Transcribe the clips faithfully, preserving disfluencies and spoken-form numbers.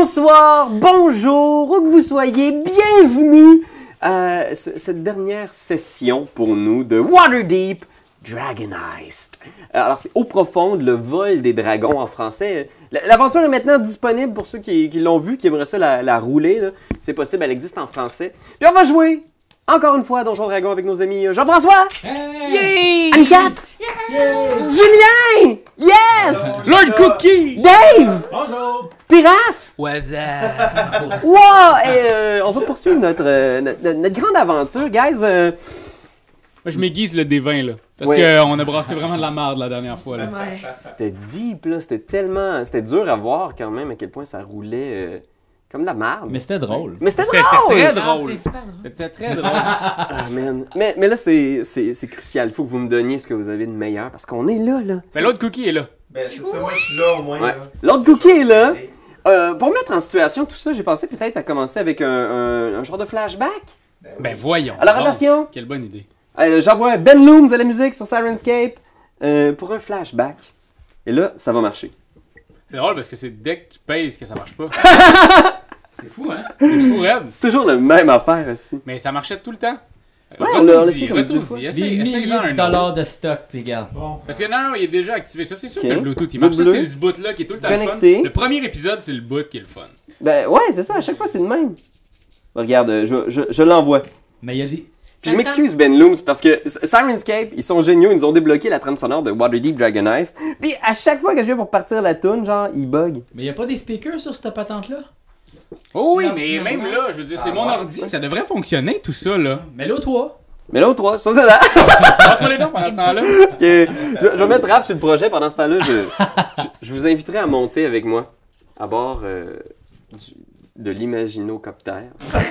bonsoir, bonjour, où que vous soyez, bienvenue à cette dernière session pour nous de Waterdeep Dragonized. Alors, c'est Eau profonde, le vol des dragons en français. L'aventure est maintenant disponible pour ceux qui, qui l'ont vu, qui aimeraient ça la, la rouler. C'est possible, elle existe en français. Puis on va jouer, encore une fois, à Donjon Dragon avec nos amis Jean-François! Hey! Anne-Cat! Yeah! Julien! Yes! Lord Cookie! Dave! Bonjour! Piraf! What's up? Wow! Et, euh, on va poursuivre notre, euh, notre, notre grande aventure, guys. Euh... Moi, je m'aiguise le D vingt, là. Parce Ouais. qu'on a brassé vraiment de la merde la dernière fois, là. Ouais. C'était deep, là. C'était tellement... C'était dur à voir, quand même, à quel point ça roulait euh, comme de la merde. Mais c'était drôle. Mais c'était C'était drôle! très Ah, drôle. c'est super drôle. C'était très drôle. Ah, man. Mais, mais là, c'est c'est- c'est crucial. Il faut que vous me donniez ce que vous avez de meilleur, parce qu'on est là, là. Mais l'autre Cookie est là. Ben c'est ça, moi je suis là au moins. Ouais. Là. L'autre cookie est là. Euh, pour mettre en situation tout ça, j'ai pensé peut-être à commencer avec un, un- un genre de flashback. Ben voyons. Alors, donc. attention! Quelle bonne idée. Euh, J'envoie Ben Looms à la musique sur Sirenscape euh, pour un flashback. Et là, ça va marcher. C'est drôle parce que c'est dès que tu pèses que ça marche pas. C'est fou, hein? C'est fou, Red. C'est toujours la même affaire aussi. Mais ça marchait tout le temps. Ouais, on l'a- on l'a Retourne-y, fait comme deux fois. retourne-y. Des Essaye, milliers essaye-en un de dollars autre. de stock, puis regarde. Bon. Parce que non, non, il est déjà activé. Ça, c'est sûr Ok. que le Bluetooth, il marche. Le Ça, bleu. c'est ce bout-là qui est tout le temps le Connecté. fun. Le premier épisode, c'est le bout qui est le fun. Ben ouais, c'est ça, à chaque fois c'est le même. Regarde, euh, je, je, je l'envoie. Mais il y a des... Puis je m'excuse Ben Looms parce que S- Sirenscape, ils sont géniaux, ils nous ont débloqué la trame sonore de Waterdeep Dragonized. Puis à chaque fois que je viens pour partir la tune, genre, il bug. Mais il y a pas des speakers sur cette patente-là? Oh oui, Non, mais non, même non. là, je veux dire, c'est Ah, mon ouais. ordi. Ça devrait fonctionner, tout ça, là. Mais là, toi. Mais là, au trois, sauf ça. Passe-moi les dents pendant ce temps-là. Ok, je, je vais mettre Raph sur le projet pendant ce temps-là. Je, je, je vous inviterai à monter avec moi à bord euh, du- de l'imaginocoptère.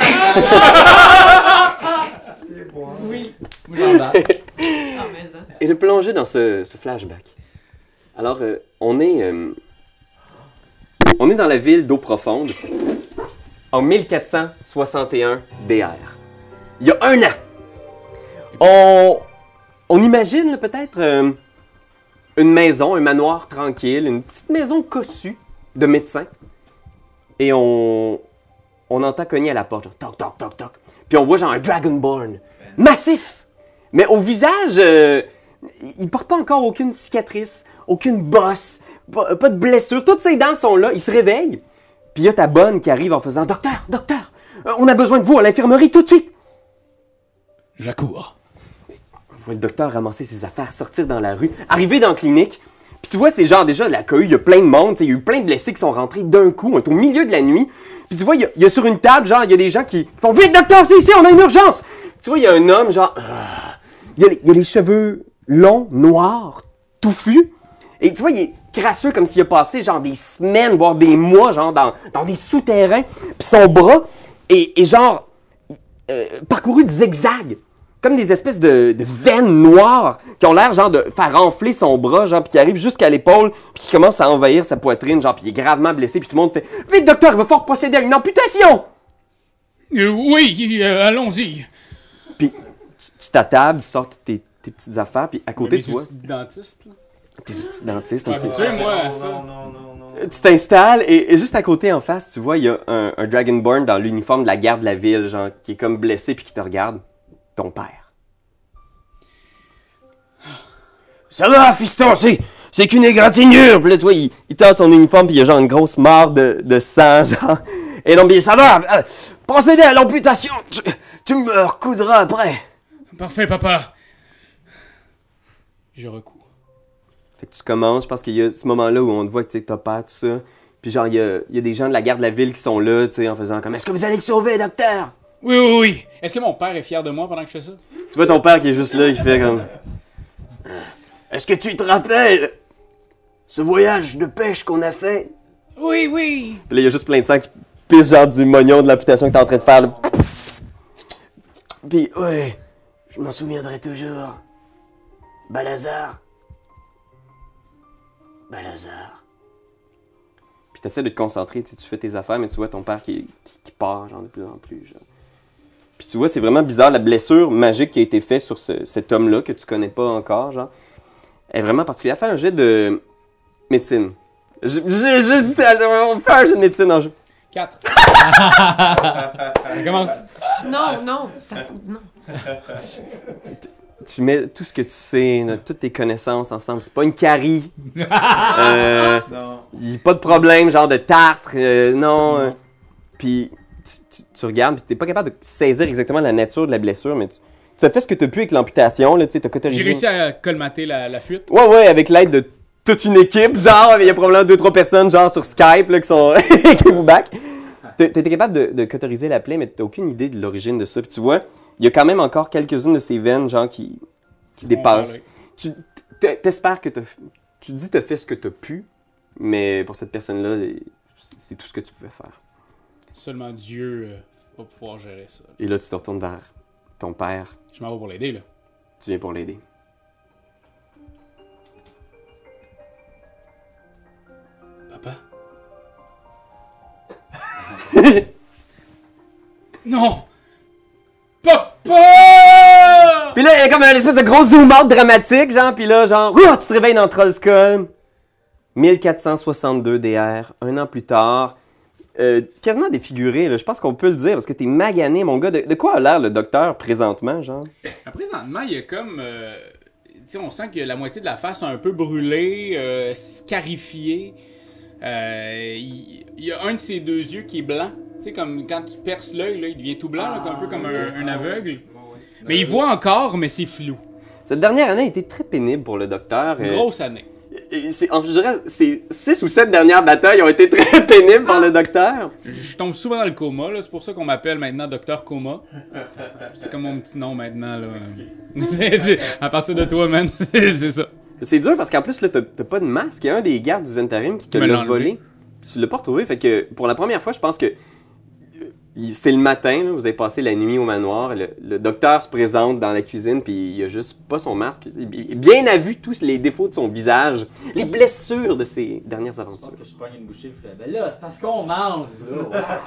C'est bon. Oui. Moi, j'en bats. Ah, mais ça. Et de plonger dans ce, ce flashback. Alors, euh, on est euh, on est dans la ville d'Eau profonde en mille quatre cent soixante et un D R. Il y a un an. On, on imagine là, peut-être euh, une maison, un manoir tranquille, une petite maison cossue de médecins. Et on, on entend cogner à la porte, genre toc, toc, toc, toc. Puis on voit genre un Dragonborn massif. Mais au visage, euh, il porte pas encore aucune cicatrice, aucune bosse, pas, pas de blessure. Toutes ses dents sont là. Il se réveille. Puis il y a ta bonne qui arrive en faisant Docteur, docteur, euh, on a besoin de vous à l'infirmerie tout de suite. J'accours. On voit le docteur ramasser ses affaires, sortir dans la rue, arriver dans la clinique. Puis tu vois, c'est genre déjà la cohue, il y a plein de monde, tu sais, il y a eu plein de blessés qui sont rentrés d'un coup, on est au milieu de la nuit. Puis tu vois, il y a, il y a sur une table, genre, il y a des gens qui font Vite, docteur, c'est ici, on a une urgence! Tu vois, il y a un homme, genre, ah. il, y a les, il y a les cheveux longs, noirs, touffus. Et tu vois, il est crasseux comme s'il a passé genre des semaines, voire des mois, genre dans, dans des souterrains. Puis son bras est, est genre euh, parcouru de zigzags. Comme des espèces de, de veines noires qui ont l'air genre de faire enfler son bras, genre, puis qui arrivent jusqu'à l'épaule, puis qui commencent à envahir sa poitrine, genre, puis il est gravement blessé, puis tout le monde fait Vite, docteur, il va falloir procéder à une amputation! Euh, oui, euh, allons-y. Puis tu tu t'attables, tu sors tes, tes petites affaires, puis à côté, tu vois dentiste, là. tes outils de dentiste, un Ouais, petit- bien sûr. moi, non, ça. non, non, non, non. Tu t'installes et, et juste à côté en face, tu vois, il y a un, un Dragonborn dans l'uniforme de la garde de la ville, genre, qui est comme blessé puis qui te regarde. Ton père. Ça va, fiston, c'est, c'est qu'une égratignure! Puis là, tu vois, il, il tente son uniforme puis il y a genre une grosse mare de, de sang, genre. Et non, bien, ça va, euh, procédez à l'amputation! Tu, tu me recoudras après! Parfait, papa. Je recours. Fait que tu commences, je pense qu'il y a ce moment-là où on te voit que tu sais, t'as peur, tout ça. Puis genre, il y a, il y a des gens de la garde de la ville qui sont là, tu sais, en faisant comme « Est-ce que vous allez le sauver, docteur? » Oui, oui, oui. Est-ce que mon père est fier de moi pendant que je fais ça? Tu vois ton père qui est juste là, il fait comme « Est-ce que tu te rappelles ce voyage de pêche qu'on a fait? Oui, oui. » Puis là, il y a juste plein de sang qui pisse genre du mognon de l'amputation que t'es en train de faire. Là. Puis, ouais, je m'en souviendrai toujours. Balazar. Balazar. Puis t'essaies de te concentrer, tu sais, tu fais tes affaires, mais tu vois ton père qui, qui, qui part, genre, de plus en plus, genre. Puis tu vois, c'est vraiment bizarre, la blessure magique qui a été faite sur ce- cet homme-là, que tu connais pas encore, genre, est vraiment particulière. Fais un jet de médecine. Je, je, je, on fait un jet de médecine en jeu. quatre. Ça commence. Non, non, ça, non. Tu mets tout ce que tu sais, là, toutes tes connaissances ensemble. C'est pas une carie. euh, Non. y a pas de problème, genre de tartre. euh, non. euh. Puis tu, tu- tu regardes, puis t'es pas capable de saisir exactement la nature de la blessure, mais tu, tu as fait ce que tu as pu avec l'amputation, là, tu sais, t'as cautérisé. J'ai réussi à colmater la, la fuite. Ouais, ouais, avec l'aide de toute une équipe, genre, il y a probablement deux, trois personnes, genre, sur Skype, là, qui sont, qui vous back. T'as t'as été capable de, de cauteriser la plaie, mais t'as aucune idée de l'origine de ça. Puis tu vois, il y a quand même encore quelques-unes de ces veines, genre, qui, qui dépassent. Tu t- t'espères que t'as, tu te dis t'as fait ce que t'as pu, mais pour cette personne-là, c'est- c'est tout ce que tu pouvais faire. Seulement Dieu euh, va pouvoir gérer ça. Et là, tu te retournes vers ton père, Je m'en vais pour l'aider, là. tu viens pour l'aider. Papa? Non! Papa! Puis là, il y a comme un espèce de gros zoom-out dramatique, genre, puis là, genre, ouah, tu te réveilles dans Trollskull. mille quatre cent soixante-deux D R, un an plus tard. Euh, quasiment défiguré, là, je pense qu'on peut le dire, parce que t'es magané, mon gars. De, de quoi a l'air le docteur présentement, genre? Ah, présentement, il y a comme. Euh, tu sais, on sent que la moitié de la face a un peu brûlé, euh, scarifiée. Euh, Il il y, a un de ses deux yeux qui est blanc. Tu sais, comme quand tu perces l'œil, là, il devient tout blanc, là, un peu comme un, un aveugle. Mais il voit encore, mais c'est flou. Cette dernière année a été très pénible pour le docteur. Une euh, grosse année. et c'est- en- je dirais, ces six ou sept dernières batailles ont été très pénibles pour le docteur. Je tombe souvent dans le coma, là. C'est pour ça qu'on m'appelle maintenant Docteur Coma. C'est comme mon petit nom maintenant, là. C'est- c'est- à partir de toi, man, c'est c'est ça. C'est dur parce qu'en plus, là, t'as t'as pas de masque. Il y a un des gardes du Zentarim qui te Me l'a l'a enlevé. volé. Puis tu l'as pas retrouvé. Fait que pour la première fois, je pense que euh, il- c'est le matin, là, vous avez passé la nuit au manoir. Le, le docteur se présente dans la cuisine, puis il a juste pas son masque. Il- Bien à vue tous les défauts de son visage, les blessures de ses dernières Je aventures. pense que je pogne une bouchée, je fais, ben là, c'est parce qu'on mange, là.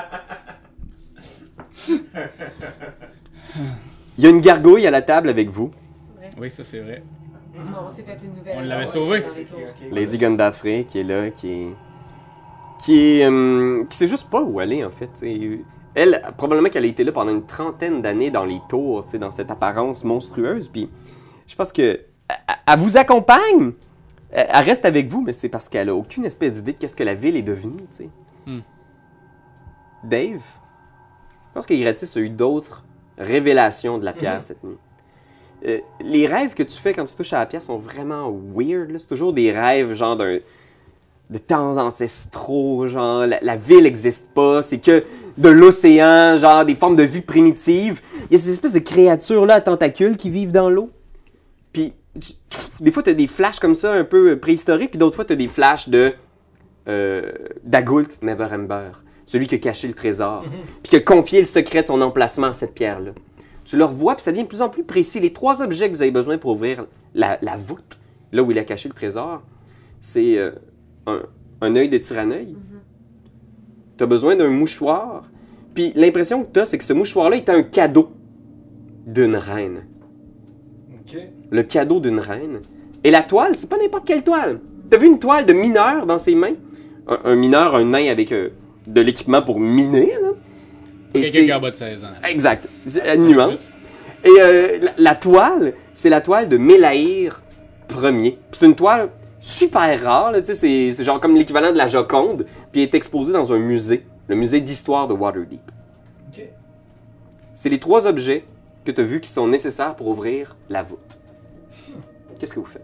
Il y a une gargouille à la table avec vous, C'est vrai. Oui, ça, c'est vrai. Non, on s'est fait une nouvelle. On l'avait erreur sauvé. dans les tours. Lady Gundafrey, qui est là, qui est. qui est. hum, qui sait juste pas où aller, en fait. t'sais. Elle, probablement qu'elle a été là pendant une trentaine d'années dans les tours, t'sais, dans cette apparence monstrueuse. Puis je pense que. Elle, elle vous accompagne, elle elle reste avec vous, mais c'est parce qu'elle a aucune espèce d'idée de qu'est-ce que la ville est devenue, tu sais. Hmm. Dave, je pense que Gratis a eu d'autres révélations de la pierre cette nuit. Euh, les rêves que tu fais quand tu touches à la pierre sont vraiment weird. là. C'est toujours des rêves genre d'un de temps ancestraux, genre la, la ville n'existe pas, c'est que de l'océan, genre des formes de vie primitives. Il y a ces espèces de créatures-là à tentacules qui vivent dans l'eau. Puis tu- des fois, tu as des flashs comme ça un peu préhistoriques, puis d'autres fois, tu as des flashs de euh, d'Agult Neverember, celui qui a caché le trésor, puis qui a confié le secret de son emplacement à cette pierre-là. Tu le revois, puis ça devient de plus en plus précis. Les trois objets que vous avez besoin pour ouvrir la, la voûte, là où il a caché le trésor, c'est euh, un, un œil de tyranneuil. Tu as besoin d'un mouchoir. Puis l'impression que tu as, c'est que ce mouchoir-là est un cadeau d'une reine. Ok. Le cadeau d'une reine. Et la toile, c'est pas n'importe quelle toile. Tu as vu une toile de mineur dans ses mains? Un, un mineur, un nain avec euh, de l'équipement pour miner, là. Et Quelqu'un c'est- qui a en bas de seize ans. Exact. C'est une nuance. Et euh, la, la toile, c'est la toile de Mélaïr Ier. Puis c'est une toile super rare, là, tu sais, c'est c'est genre comme l'équivalent de la Joconde, puis elle est exposée dans un musée, le musée d'histoire de Waterdeep. Ok. C'est les trois objets que tu as vus qui sont nécessaires pour ouvrir la voûte. Qu'est-ce que vous faites?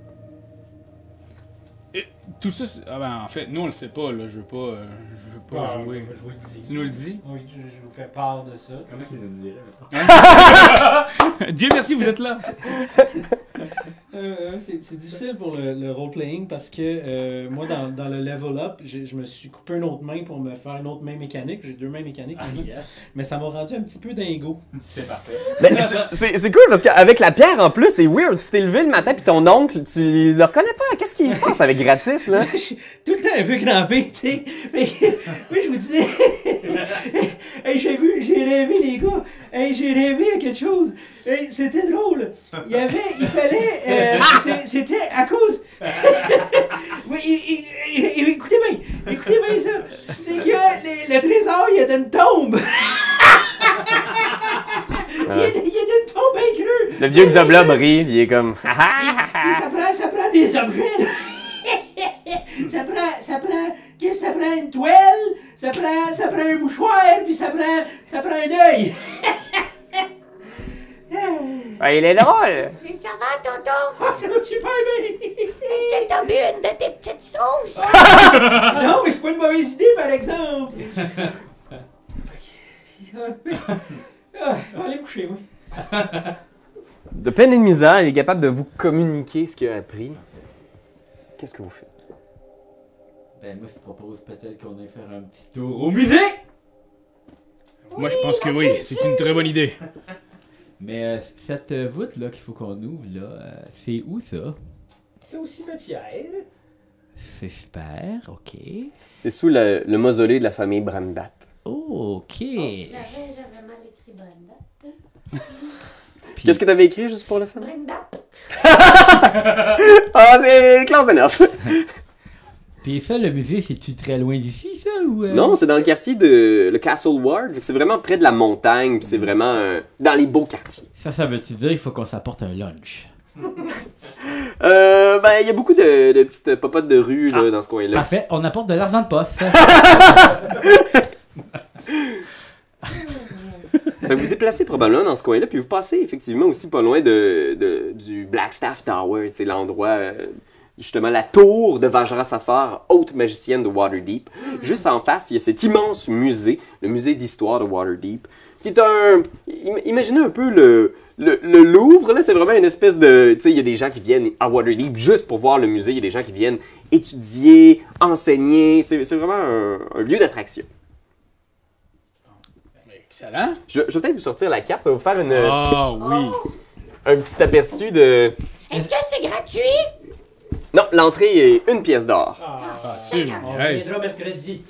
Tout ça, c'est- ah ben, en fait, nous on le sait pas, là. Je veux pas, euh, je veux pas Ah, jouer. Je vous le dis. Tu nous le dis? Oui, je, je vous fais part de ça. Comment tu nous dirais, mettons? Dieu merci, vous êtes là. Euh, c'est c'est difficile pour le, le role-playing parce que euh, moi, dans, dans le level up, j'ai- je me suis coupé une autre main pour me faire une autre main mécanique. J'ai deux mains mécaniques, Ah, maintenant. yes. Mais ça m'a rendu un petit peu dingo. C'est parfait. Ben, c'est c'est cool parce qu'avec la pierre en plus, c'est weird. Tu t'es levé le matin puis ton oncle, tu le reconnais pas. Qu'est-ce qui se passe avec Gratis, là? Je suis tout le temps un peu crampé, tu sais. Mais oui, je vous disais. Hey, j'ai vu, j'ai rêvé, les gars. Hey, j'ai rêvé à quelque chose. Hey, c'était drôle. Il y avait, il fallait. euh, c'est- c'était à cause. Oui, il- il- il- écoutez bien, écoutez bien ça. C'est que les- le trésor vieux Xoblob rit, il est comme. Puis ça prend, ça prend des objets, là. ça prend, ça prend, qu'est-ce que ça prend? Une toile, ça prend, ça prend un mouchoir, puis ça prend, ça prend un œil. Ah, il est drôle! Mais ça va, tonton? Ah, ça va super bien. Est-ce que t'as bu une de tes petites sauces? Non, mais c'est pas une mauvaise idée, par exemple. Ah, je vais aller me coucher, moi. De peine et de misère, il est capable de vous communiquer ce qu'il a appris. Qu'est-ce que vous faites? Ben, moi, je propose peut-être qu'on aille faire un petit tour au musée! Moi, je pense que oui, c'est une très bonne idée. Mais euh, cette euh, voûte-là qu'il faut qu'on ouvre, là, euh, c'est où ça? C'est au cimetière. C'est super, ok. C'est sous le, le mausolée de la famille Brandat. Oh, ok. J'avais, j'avais mal écrit Brenda. Puis- Qu'est-ce que t'avais écrit juste pour le fun? Brenda. Ah, c'est close enough! Puis ça, le musée, c'est-tu très loin d'ici, ça, ou... euh? Non, c'est dans le quartier de le Castle Ward. Fait que c'est vraiment près de la montagne, puis c'est vraiment euh, dans les beaux quartiers. Ça, ça veut-tu dire qu'il faut qu'on s'apporte un lunch? Euh, ben, il y a beaucoup de, de petites popotes de rue là, Ah. dans ce coin-là. Parfait, on apporte de l'argent de poste. Fait que vous vous déplacez probablement dans ce coin-là, puis vous passez effectivement aussi pas loin de, de- du Blackstaff Tower, tu sais, l'endroit, euh, justement, la tour de Vajra Safar, haute magicienne de Waterdeep. Juste en face, il y a cet immense musée, le musée d'histoire de Waterdeep, qui est un... im- Imaginez un peu le, le, le Louvre, là, c'est vraiment une espèce de... Tu sais, il y a des gens qui viennent à Waterdeep juste pour voir le musée, il y a des gens qui viennent étudier, enseigner, c'est c'est vraiment un, un lieu d'attraction. Excellent. Je, je vais peut-être vous sortir la carte, ça va vous faire une, Ah oui. un petit aperçu de... Est-ce que c'est gratuit? Non, l'entrée est une pièce d'or. Ah, C'est une on nice. reviendra mercredi.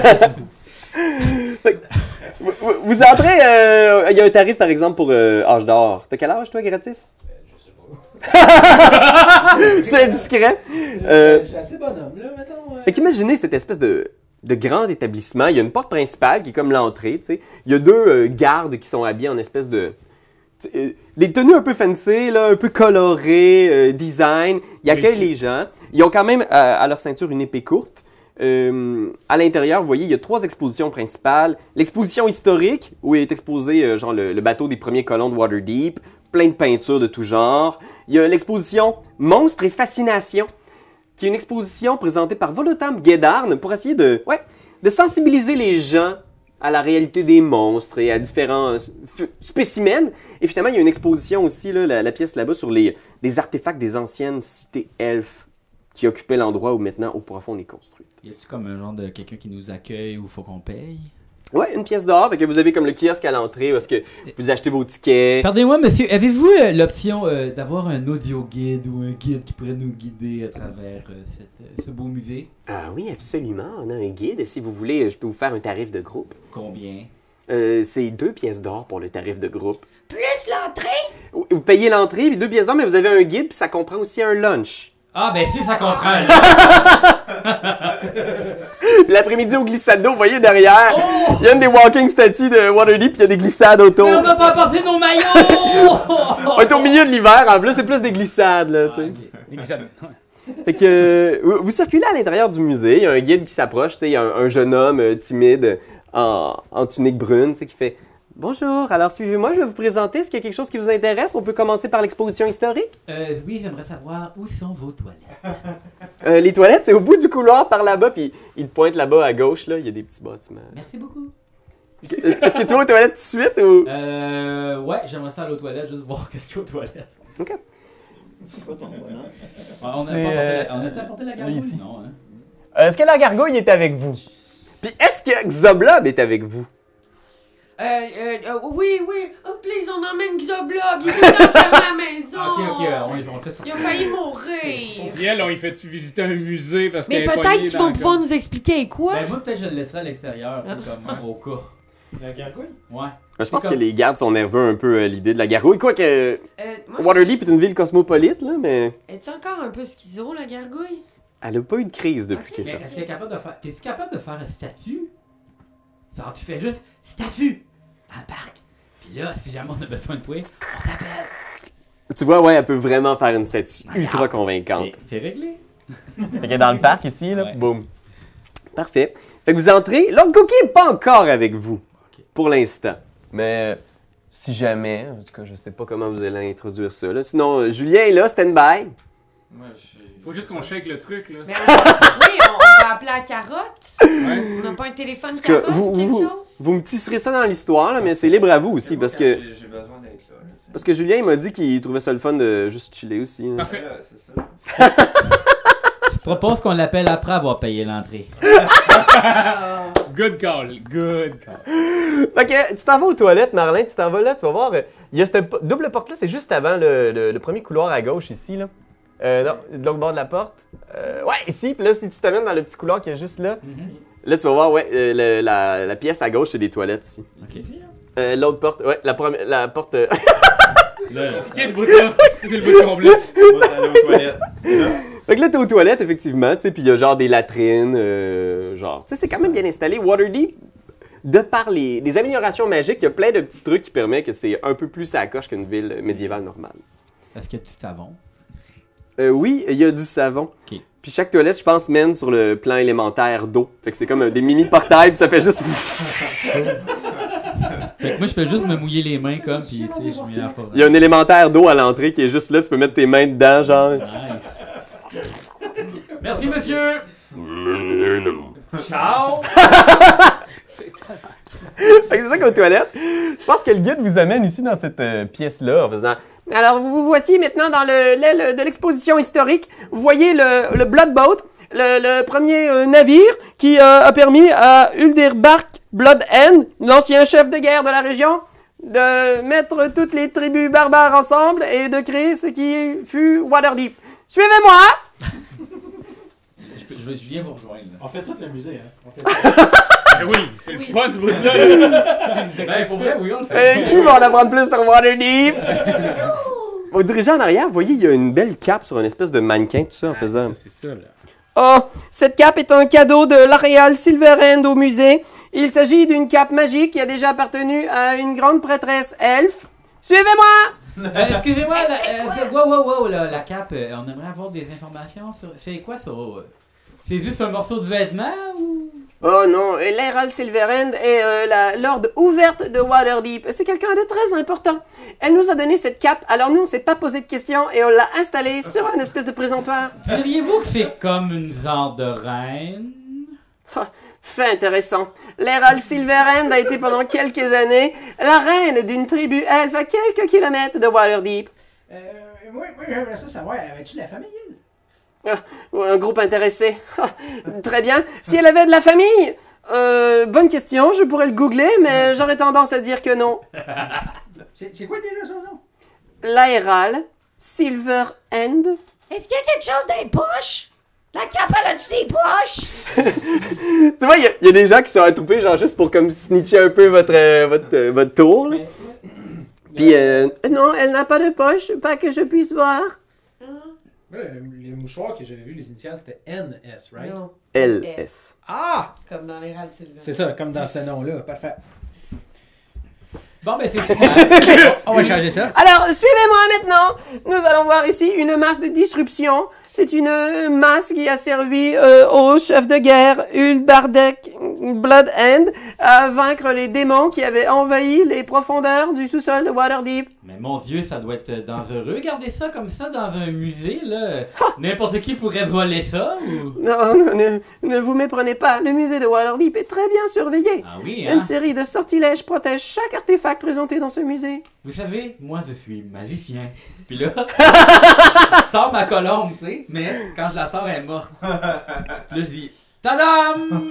Vous, vous- vous entrez, euh, il y a un tarif par exemple pour euh, âge d'or. T'as quel âge toi, gratis? Je sais pas. C'est indiscret. Euh, Je suis assez bonhomme, là, mettons. euh. Fait qu'imaginez cette espèce de, de grand établissement. Il y a une porte principale qui est comme l'entrée, tu sais. Il y a deux euh, gardes qui sont habillés en espèce de... tu sais, euh, des tenues un peu fancy, là, un peu colorées, euh, design. Ils accueillent les gens. Ils ont quand même à, à leur ceinture une épée courte. Euh, à l'intérieur, vous voyez, il y a trois expositions principales. L'exposition historique, où est exposé euh, genre le, le bateau des premiers colons de Waterdeep, plein de peintures de tout genre. Il y a l'exposition Monstres et Fascination, qui est une exposition présentée par Volotam Guédarn pour essayer de, ouais, de sensibiliser les gens à la réalité des monstres et à différents f- spécimens. Et finalement, il y a une exposition aussi, là, la, la pièce là-bas, sur les, les artefacts des anciennes cités elfes qui occupaient l'endroit où maintenant, au profond, on est construite. Y a-tu comme un genre de quelqu'un qui nous accueille ou faut qu'on paye? Ouais, une pièce d'or, fait que vous avez comme le kiosque à l'entrée, parce que vous achetez vos tickets. Pardonnez-moi, monsieur, avez-vous euh, l'option euh, d'avoir un audio guide ou un guide qui pourrait nous guider à travers euh, cette, euh, ce beau musée? Ah oui, absolument, on a un guide. Si vous voulez, je peux vous faire un tarif de groupe. Combien? Euh, c'est deux pièces d'or pour le tarif de groupe. Plus l'entrée? Vous vous payez l'entrée, puis deux pièces d'or, mais vous avez un guide, puis ça comprend aussi un lunch. Ah, ben si, ça comprend. Puis l'après-midi au glissade d'eau, vous voyez derrière, il y a une des walking statues de Waterdeep, puis il y a des glissades autour. Mais on n'a pas apporté nos maillots! On est au milieu de l'hiver, en plus, c'est plus des glissades, là, tu sais. Exact. Ouais. Fait que euh, vous, vous circulez à l'intérieur du musée, il y a un guide qui s'approche, tu sais, il y a un, un jeune homme euh, timide en, en tunique brune, tu sais, qui fait « Bonjour, alors suivez-moi, je vais vous présenter. Est-ce qu'il y a quelque chose qui vous intéresse? On peut commencer par l'exposition historique. Euh, oui, j'aimerais savoir où sont vos toilettes. Euh, les toilettes, c'est au bout du couloir par là-bas, puis il te pointe là-bas à gauche, là, il y a des petits bâtiments. Merci beaucoup. Est-ce est-ce que tu vas aux toilettes tout de suite ou... Euh, ouais, j'aimerais ça aller aux toilettes, juste voir qu'est-ce qu'il y a aux toilettes. Ok. On a, on a, C'est, pas apporté euh, la- on a-tu apporté la gargouille? ici. Non, hein? Euh, Est-ce que la gargouille est avec vous? Puis est-ce que Xoblob est avec vous? Euh, euh, euh, oui, oui. Oh, please, on emmène Xoblob. Il est tout le temps fermé à la maison. Ah, ok, ok, on, on le fait ça. Il a failli mourir. Puis elle, on y fait-tu visiter un musée parce Mais qu'elle est peut-être pognée qu'ils dans vont le pouvoir corps. nous expliquer quoi. Ben, moi, peut-être je le laisserai à l'extérieur, c'est comme au cas. La gargouille? Ouais. Je pense C'est que comme- les gardes sont nerveux un peu à l'idée de la gargouille. Quoique, Euh, moi, Waterdeep est une ville cosmopolite, là, mais Es-tu encore un peu schizo, la gargouille? elle a pas eu de crise depuis Ok. qu'elle est Mais sortie. est-ce qu'elle est capable de faire. T'es-tu capable de faire un statut? Genre, tu fais juste statut dans le parc. Puis là, si jamais on a besoin de toi, on t'appelle. Tu vois, ouais, elle peut vraiment faire une statue ultra convaincante. Et C'est réglé. Fait qu'elle est dans le parc ici, là. Ouais. Boum. Parfait. Fait que vous entrez. Lord Cookie n'est pas encore avec vous. Ok. Pour l'instant. Mais si jamais, en tout cas, je sais pas comment vous allez introduire ça. Là. Sinon, euh, Julien est là, stand-by. Moi, j'ai. Faut juste qu'on shake le truc, là. Mais on, oui, on, on va appeler la carotte. Ouais. On n'a pas un téléphone que carotte vous- ou quelque vous- chose? Vous me tisserez ça dans l'histoire, là, mais c'est libre à vous aussi. Parce que, J'ai j'ai besoin d'être là. là, c'est- parce que Julien il m'a dit qu'il trouvait ça le fun de juste chiller aussi. là. Parfait. Là, c'est ça. Je propose qu'on l'appelle après avoir payé l'entrée. Good call, good call. Fait que tu t'en vas aux toilettes, Marlin, tu t'en vas là, tu vas voir. euh, Il y a cette po- double porte-là, c'est juste avant le, le- le premier couloir à gauche ici. Là. Euh, non, de l'autre bord de la porte. Euh, ouais, ici, puis là, si tu t'amènes dans le petit couloir qui est juste là, là, tu vas voir, ouais, euh, le- la, la pièce à gauche, c'est des toilettes ici. Ok. Euh, L'autre porte, ouais, la, première, la porte. euh, Là, qui est ce bout-là? C'est le bout complet. Moi, d'aller aux toilettes. Là, Fait que là, t'es aux toilettes, effectivement, tu sais, puis il y a genre des latrines, euh, genre, tu sais, c'est quand même bien installé. Waterdeep, de par les, les améliorations magiques, il y a plein de petits trucs qui permettent que c'est un peu plus à la coche qu'une ville médiévale normale. Est-ce que tu savon? Euh, oui, il y a du savon. Ok. Puis chaque toilette, je pense, mène sur le plan élémentaire d'eau. Fait que c'est comme euh, des mini portails, puis ça fait juste... Fait que moi, je fais juste me mouiller les mains comme, puis tu sais, je mets la forme. Il y a un élémentaire d'eau à l'entrée qui est juste là, tu peux mettre tes mains dedans, genre... Nice. Merci, monsieur! Ciao! Fait que c'est ça qu'aux toilettes. Je pense que le guide vous amène ici dans cette euh, pièce-là en faisant... Alors, vous vous voici maintenant dans le- l'aile de l'exposition historique. Vous voyez le, le Bloodboat, le, le premier euh, navire qui euh, a permis à Uldirbark Bloodhand, l'ancien chef de guerre de la région, de mettre toutes les tribus barbares ensemble et de créer ce qui fut Waterdeep. Suivez-moi! Je, peux- je, je viens vous rejoindre. là. On fait tout le musée, hein. On fait Ben oui, c'est le Oui. fun, ce bout-là. Ben, pour vrai, oui, on le fait. Euh, qui va en apprendre plus sur Waterdeep? Vous dirigez en arrière, vous voyez, il y a une belle cape sur une espèce de mannequin, tout ça, en faisant... Ça, c'est ça, là. Oh, cette cape est un cadeau de l'Aréal Silverhand au musée. Il s'agit d'une cape magique qui a déjà appartenu à une grande prêtresse elfe. Suivez-moi! Euh, Excusez-moi, la, euh, c'est- wow, wow, wow, la, la cape, euh, on aimerait avoir des informations sur. C'est quoi ça? euh? C'est juste un morceau de vêtement ou. Oh non, l'Aréal Silverhand est euh, la lord ouverte de Waterdeep. C'est quelqu'un de très important. Elle nous a donné cette cape, alors nous on s'est pas posé de questions et on l'a installée sur un espèce de présentoir. Diriez-vous que c'est comme une genre de reine? Fait intéressant. L'Aréal Silverhand a été pendant quelques années la reine d'une tribu elfe à quelques kilomètres de Waterdeep. Euh, moi, moi j'aimerais ça savoir, avais-tu de la famille, elle? Ou un groupe intéressé. Ah, très bien. Si elle avait de la famille euh, bonne question, je pourrais le googler, mais j'aurais tendance à dire que non. C'est c'est quoi déjà son nom? L'Aéral Silverhand. Est-ce qu'il y a quelque chose dans les poches? La cape, elle a-tu des poches? Tu vois, il y, a- il y a des gens qui sont attroupés, genre juste pour comme snitcher un peu votre, euh, votre, euh, votre tour. là. Mais- Puis, euh, non, elle n'a pas de poche, pas que je puisse voir. Là, les mouchoirs que j'avais vus, les initiales, c'était N S, right? Non. L S. Ah! Comme dans les râles Sylvain. C'est ça, comme dans ce nom-là. Parfait. Bon, ben, c'est On va changer ça. Alors, suivez-moi maintenant. Nous allons voir ici une masse de disruption. C'est une euh, masse qui a servi euh, au chef de guerre Ulbardek Bloodhand à vaincre les démons qui avaient envahi les profondeurs du sous-sol de Waterdeep. Mais mon Dieu, ça doit être dangereux. Garder ça comme ça dans un musée, là. N'importe qui pourrait voler ça ou. Non, ne, ne, ne vous méprenez pas. Le musée de Waterdeep est très bien surveillé. Ah oui, Une hein? série de sortilèges protège chaque artefact présenté dans ce musée. Vous savez, moi je suis magicien. Puis là, je sors ma colombe, tu sais, mais quand je la sors, elle est morte. Puis là, je dis Tadam!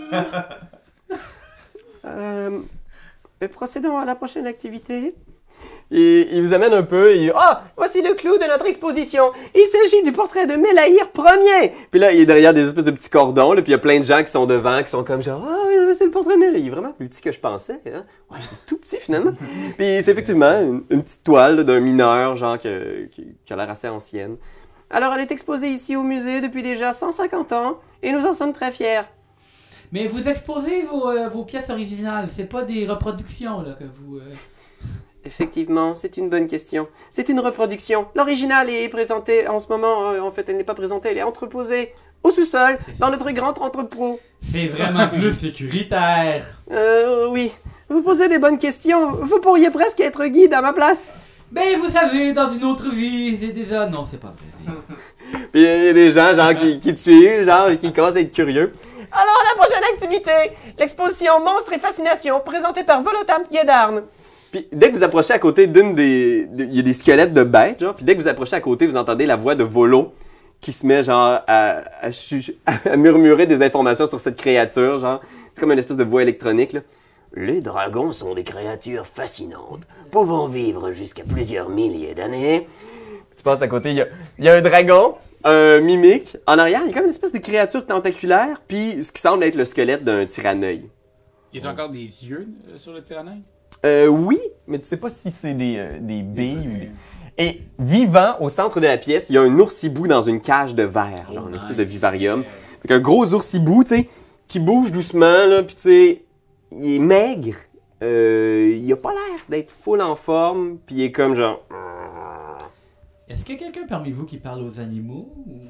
Euh, procédons à la prochaine activité. Et il vous amène un peu et ah, voici le clou de notre exposition. Il s'agit du portrait de Melaïr Ier. Puis là, il est derrière des espèces de petits cordons, là, puis il y a plein de gens qui sont devant, qui sont comme genre ah, oui, c'est le portrait de Melaïr. Il est vraiment plus petit que je pensais. Hein? Ouais, c'est tout petit finalement. Puis c'est effectivement une, une petite toile là, d'un mineur, genre que- qui, qui a l'air assez ancienne. Alors, elle est exposée ici au musée depuis déjà cent cinquante ans et nous en sommes très fiers. Mais vous exposez vos, euh, vos pièces originales, c'est pas des reproductions là que vous. euh, Effectivement, c'est une bonne question. C'est une reproduction. L'original est présenté en ce moment. euh, en fait, elle n'est pas présentée, elle est entreposée au sous-sol, dans notre grand entrepôt. C'est vraiment plus sécuritaire. Euh, oui. Vous posez des bonnes questions. Vous pourriez presque être guide à ma place. Ben, vous savez, dans une autre vie, c'est déjà... Non, c'est pas vrai. Puis il y a des gens, genre, qui, qui te suivent, genre, qui commencent à être curieux. Alors, la prochaine activité, l'exposition Monstres et Fascination, présentée par Volotam Guédarn. Puis dès que vous approchez à côté d'une des... de- Il y a des squelettes de bêtes, genre, puis dès que vous approchez à côté, vous entendez la voix de Volo qui se met, genre, à, à, chu- à murmurer des informations sur cette créature, genre. C'est comme une espèce de voix électronique, là. Les dragons sont des créatures fascinantes, pouvant vivre jusqu'à plusieurs milliers d'années. Tu passes à côté, il y a, il y a un dragon, un mimique. En arrière, il y a comme une espèce de créature tentaculaire, puis ce qui semble être le squelette d'un tyranneuil. Y a encore des yeux euh, sur le tyrannoïde? Euh, oui, mais tu sais pas si c'est des, euh, des billes ou des... Et vivant, au centre de la pièce, il y a un oursibou dans une cage de verre, genre une espèce de vivarium. Fait un gros oursibou, tu sais, qui bouge doucement, là, puis tu sais, il est maigre. Euh, il a pas l'air d'être full en forme, puis il est comme genre... Est-ce qu'il y a quelqu'un parmi vous qui parle aux animaux? Ou...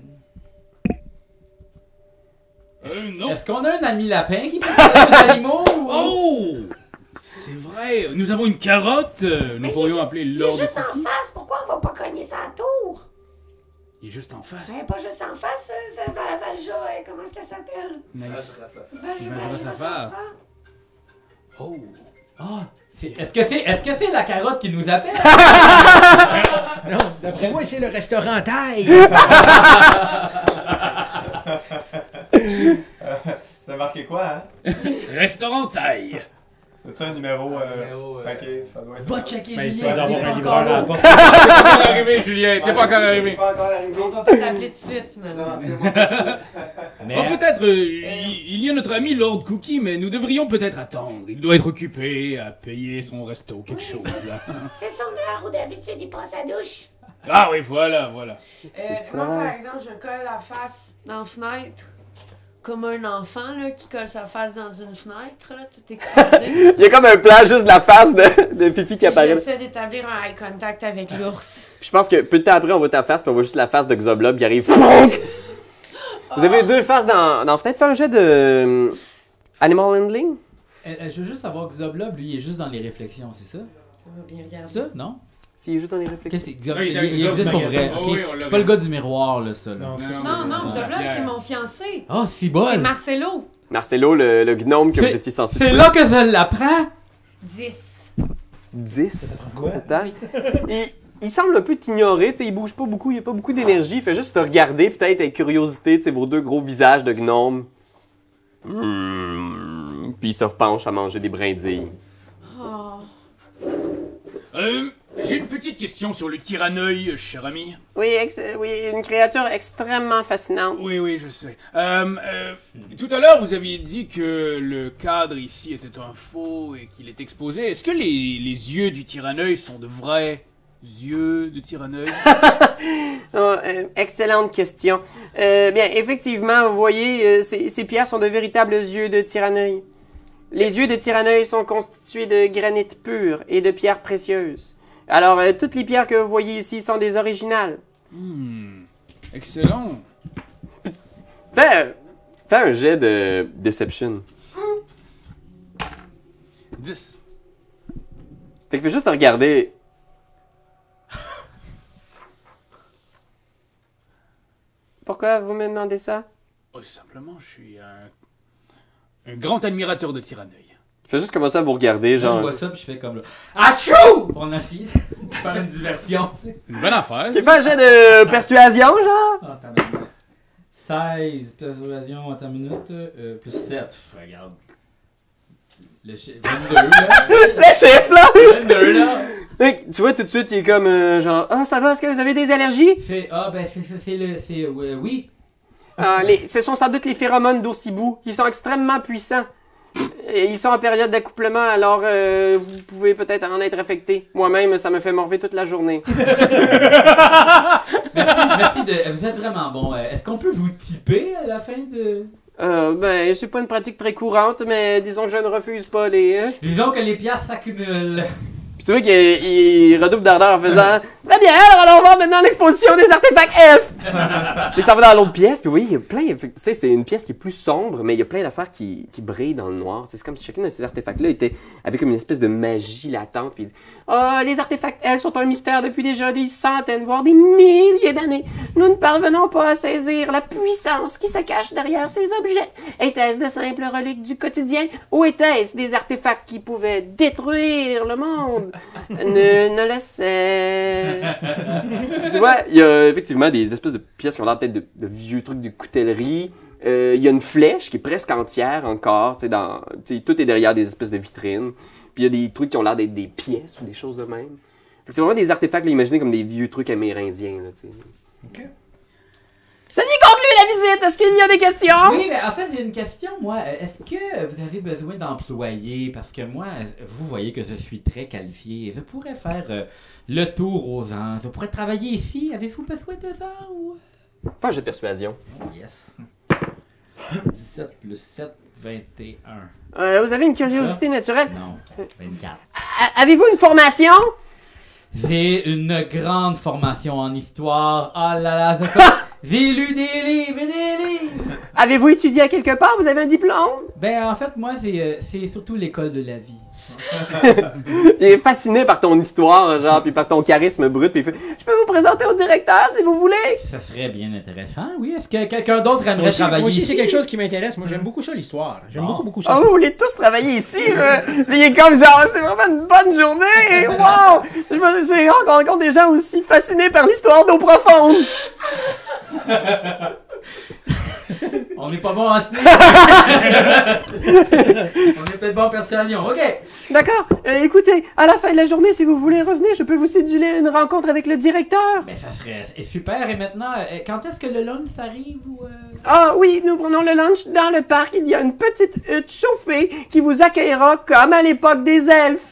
Euh, non. Est-ce qu'on a un ami lapin qui peut parler aux animaux? Ou... Oh! C'est vrai, nous avons une carotte. euh, Nous Mais pourrions il est ju- appeler Il est Lord juste en Cookie. face, pourquoi on va pas cogner sa tour? Il est juste en face. Ben, pas juste en face, euh, ça va Valja, euh, comment est-ce qu'elle s'appelle? Mais- Valja, Valja Valja Safar. Safar. Oh! Ah, c'est- est-ce que c'est est-ce que c'est la carotte qui nous appelle? Non, d'après moi, c'est le restaurant taille. C'était marqué quoi, hein? Restaurant taille! C'est-tu un numéro? Un Euh... numéro, euh, Ok, ça doit être. Va ça. checker Ben, Julien. ça doit il est avoir un pas livreur encore à la là. porte. T'es pas encore arrivé, Julien, t'es pas encore C'est arrivé. pas encore arrivé. On va pas t'appeler tout de suite, finalement. Non, fais-moi pas ça. Mais Oh, peut-être, euh, il il y a notre ami Lord Cookie, mais nous devrions peut-être attendre. Il doit être occupé à payer son resto, quelque chose là. C'est son heure où d'habitude il passe à douche. Ah oui, voilà, voilà. Euh, moi, par exemple, je colle la face dans la fenêtre. Comme un enfant là, qui colle sa face dans une fenêtre, là, tout écrasé. Il y a comme un plan juste de la face de, de Fifi qui apparaît. J'essaie d'établir un eye contact avec l'ours. Puis je pense que peu de temps après, on voit ta face, puis on voit juste la face de Xoblob qui arrive. Vous avez deux faces dans, dans la fenêtre. Fais un jet de... euh, Animal Handling? Euh, euh, je veux juste savoir que Xoblob, lui, il est juste dans les réflexions, c'est ça? Ça va bien regarder. C'est ça, non? S'il est juste dans les réflexions. Qu'est-ce que c'est? Xob- Oui, il, t'as- il existe pour vrai. Oh ok? oui, on l'a C'est pas le vu. gars du miroir, là, ça. Là. Non, c'est Non, ça. Non, non, c'est ce là Pierre. c'est mon fiancé. Ah, c'est C'est bon! Marcelo. Marcelo, le, le gnome que C'est- vous étiez censé C'est tuer. là que je l'apprends! dix. dix Quoi? au total. Il, il semble un peu t'ignorer, tu sais, il bouge pas beaucoup, il a pas beaucoup d'énergie, il fait juste te regarder, peut-être avec curiosité, tu sais, vos deux gros visages de gnome. Hmm. Puis il se repenche à manger des brindilles. Oh. Euh, j'ai une petite question sur le tyranneuil, cher ami. Oui, ex- oui, une créature extrêmement fascinante. Oui, oui, je sais. Euh, euh, tout à l'heure, vous aviez dit que le cadre ici était un faux et qu'il est exposé. Est-ce que les, les yeux du tyranneuil sont de vrais yeux de tyranneuil? Oh, euh, excellente question. Euh, bien, effectivement, vous voyez, euh, ces, ces pierres sont de véritables yeux de tyranneuil. Les yeux de tyranneuil sont constitués de granit pur et de pierres précieuses. Alors, euh, toutes les pierres que vous voyez ici sont des originales. Hmm, excellent. Fais, fais un jet de Deception. dix. Fait que fais juste te regarder. Pourquoi vous me demandez ça? Oh, simplement, je suis un, un grand admirateur de tyranneuil. Je fais juste commencer à vous regarder, Là, je genre... vois ça, puis je fais comme là. Achou! On a essayé de faire une diversion, tu sais. C'est une bonne affaire. Tu fais un jet de persuasion, genre? Ah, t'as bien. seize, persuasion, attends une minute. Euh, plus sept, regarde. Le chiffre. vingt-deux, là. Le chiffre, là! vingt-deux, là. Fait que tu vois, tout de suite, il est comme, euh, genre... Ah, ça va, est-ce que vous avez des allergies? C'est. Ah, ben, c'est c'est- c'est le. C'est. ouais, oui. Ah, les, ce sont sans doute les phéromones d'Oursibou. Ils sont extrêmement puissants. Et ils sont en période d'accouplement, alors euh, vous pouvez peut-être en être affecté. Moi-même, ça me fait morver toute la journée. Merci de. Vous êtes vraiment bon. Euh, Est-ce qu'on peut vous tiper à la fin de. Euh, ben, c'est pas une pratique très courante, mais disons que je ne refuse pas les... hein. Disons que les pièces s'accumulent. Puis tu vois qu'il il redouble d'ardeur en faisant « Très bien, alors allons voir maintenant l'exposition des artefacts elfes! » Il s'en va dans l'autre pièce, puis vous voyez, il y a plein... Tu sais, c'est une pièce qui est plus sombre, mais il y a plein d'affaires qui, qui brillent dans le noir. C'est comme si chacun de ces artefacts-là était avec comme une espèce de magie latente, puis il dit « Oh, les artefacts elfes sont un mystère depuis déjà des centaines, voire des milliers d'années. Nous ne parvenons pas à saisir la puissance qui se cache derrière ces objets. Était-ce de simples reliques du quotidien, ou était-ce des artefacts qui pouvaient détruire le monde? Ne, ne le sais. » Tu vois, il y a effectivement des espèces de pièces qui ont l'air peut-être de, de vieux trucs de coutellerie. Euh, il y a une flèche qui est presque entière encore. Tu sais, dans, tu sais, tout est derrière des espèces de vitrines. Puis il y a des trucs qui ont l'air d'être des pièces ou des choses de même. C'est vraiment des artefacts, là, imaginez comme des vieux trucs amérindiens. Là, tu sais. OK. Ceci conclut la visite. Est-ce qu'il y a des questions? Oui, mais en fait, j'ai une question, moi. Est-ce que vous avez besoin d'employés? Parce que moi, vous voyez que je suis très qualifié. Je pourrais faire euh, le tour aux gens. Je pourrais travailler ici. Avez-vous besoin de ça? Ou... Pas un jeu de persuasion. Oh, yes. dix-sept plus sept, vingt et un. Euh, vous avez une curiosité naturelle. Non, vingt-quatre. A- Avez-vous une formation? J'ai une grande formation en histoire. Oh là là, je connais- j'ai lu des livres et des livres. Avez-vous étudié à quelque part? Vous avez un diplôme? Ben, en fait, moi, c'est euh, c'est surtout l'école de la vie. Il est fasciné par ton histoire, genre, puis par ton charisme brut, puis il fait « Je peux vous présenter au directeur si vous voulez! » Ça serait bien intéressant, oui. Est-ce que quelqu'un d'autre Moi aimerait aussi, travailler moi aussi, ici? c'est quelque chose qui m'intéresse. Moi, j'aime beaucoup ça, l'histoire. J'aime Bon. beaucoup, beaucoup Ah, ça. vous voulez tous travailler ici, là? Puis il est comme genre, c'est vraiment une bonne journée! Wow! Je me suis rencontré des gens aussi fascinés par l'histoire d'eau profonde! On n'est pas bon en ciné. On est peut-être bon en persuasion. OK. D'accord. Euh, écoutez, à la fin de la journée, si vous voulez revenir, je peux vous céduler une rencontre avec le directeur. Ben, ça serait c'est super. Et maintenant, euh, quand est-ce que le lunch arrive ou... euh? Ah oui, nous prenons le lunch dans le parc. Il y a une petite hutte chauffée qui vous accueillera comme à l'époque des elfes.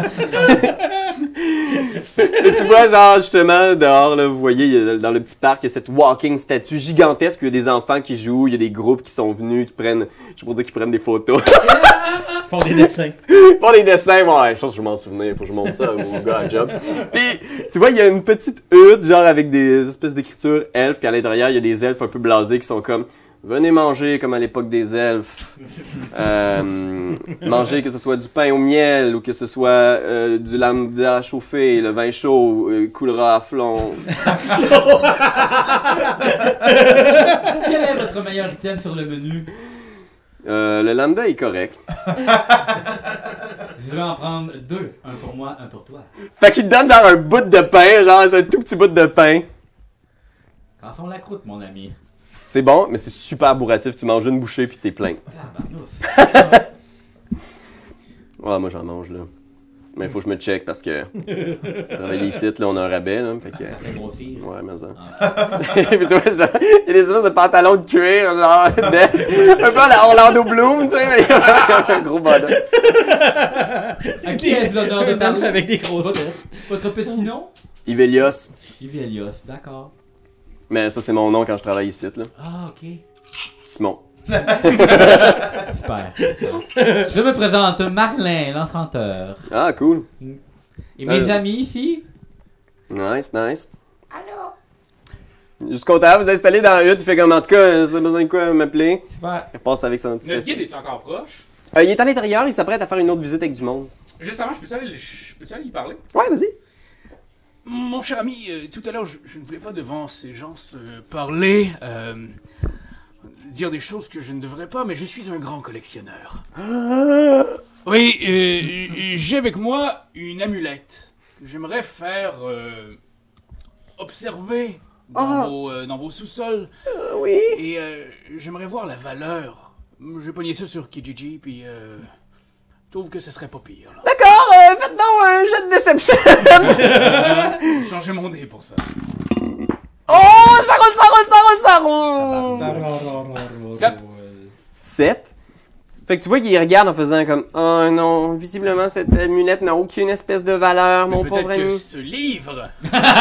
Et tu vois, genre, justement, dehors, là, vous voyez, il y a- dans le petit parc, il y a cette walking statue gigantesque où il y a des enfants qui jouent, il y a des groupes qui sont venus, qui prennent, je sais pas dire, qui prennent des photos. Ils font des dessins. Pour les dessins, ouais, je pense que je vais m'en souvenir, faut que je montre ça au gars à job. Puis, tu vois, il y a une petite hutte, genre avec des espèces d'écritures elfes, puis à l'intérieur, il y a des elfes un peu blasés qui sont comme « Venez manger comme à l'époque des elfes. Euh, manger que ce soit du pain au miel ou que ce soit euh, du lambda chauffé, le vin chaud euh, coulera à flot. Quel est votre meilleur item sur le menu? Euh, le lambda est correct. Je vais en prendre deux. Un pour moi, un pour toi. Fait qu'il te donne genre un bout de pain, genre c'est un tout petit bout de pain. Quand on la croûte, mon ami. C'est bon, mais c'est super bourratif. Tu manges une bouchée puis t'es plein. Tabarnouche. Ouais, moi j'en mange là. Mais il faut que je me check parce que tu travailles ici, là, on a un rabais, là. Fait que. Ça fait grossir. Ouais, mais ça. Ah. Puis tu vois, genre, il y a des espèces de pantalons de cuir, genre, de, un peu à la Orlando Bloom, tu sais, mais un gros bonhomme. À qui ai-je l'honneur de parler? avec des grosses Votre, fesses. votre petit nom? Ivelios. Ivelios, d'accord. Mais ça, c'est mon nom quand je travaille ici, là. Ah, ok. Simon. Super. Je me présente Marlin, l'enchanteur. Ah, cool. Et mes Euh. amis ici? Nice, nice. Allô? Je suis content, vous installez dans la hutte, il fait comme en tout cas, ça a besoin de quoi m'appeler? Super. Il passe avec son petit Notre guide est encore proche? euh, Il est à l'intérieur, il s'apprête à faire une autre visite avec du monde. Juste avant, je peux-tu aller, je peux-tu aller y parler? Ouais, vas-y. Mon cher ami, euh, tout à l'heure, je, je ne voulais pas devant ces gens se parler, euh, dire des choses que je ne devrais pas, mais je suis un grand collectionneur. Oui, euh, j'ai avec moi une amulette que j'aimerais faire euh, observer dans Ah. vos, euh, dans vos sous-sols. Euh, oui. Et euh, j'aimerais voir la valeur. J'ai pogné ça sur Kijiji, puis euh, je trouve que ce serait pas pire. Là. D'accord, euh, faites donc un jet de déception. J'ai changé mon dé pour ça. Oh, ça roule, ça roule, ça roule, ça roule. Ça roule. Sept. sept. Fait que tu vois qu'il regarde en faisant comme « Oh non, visiblement cette amulette n'a aucune espèce de valeur, mon Mais peut-être pauvre que ami. » ce livre...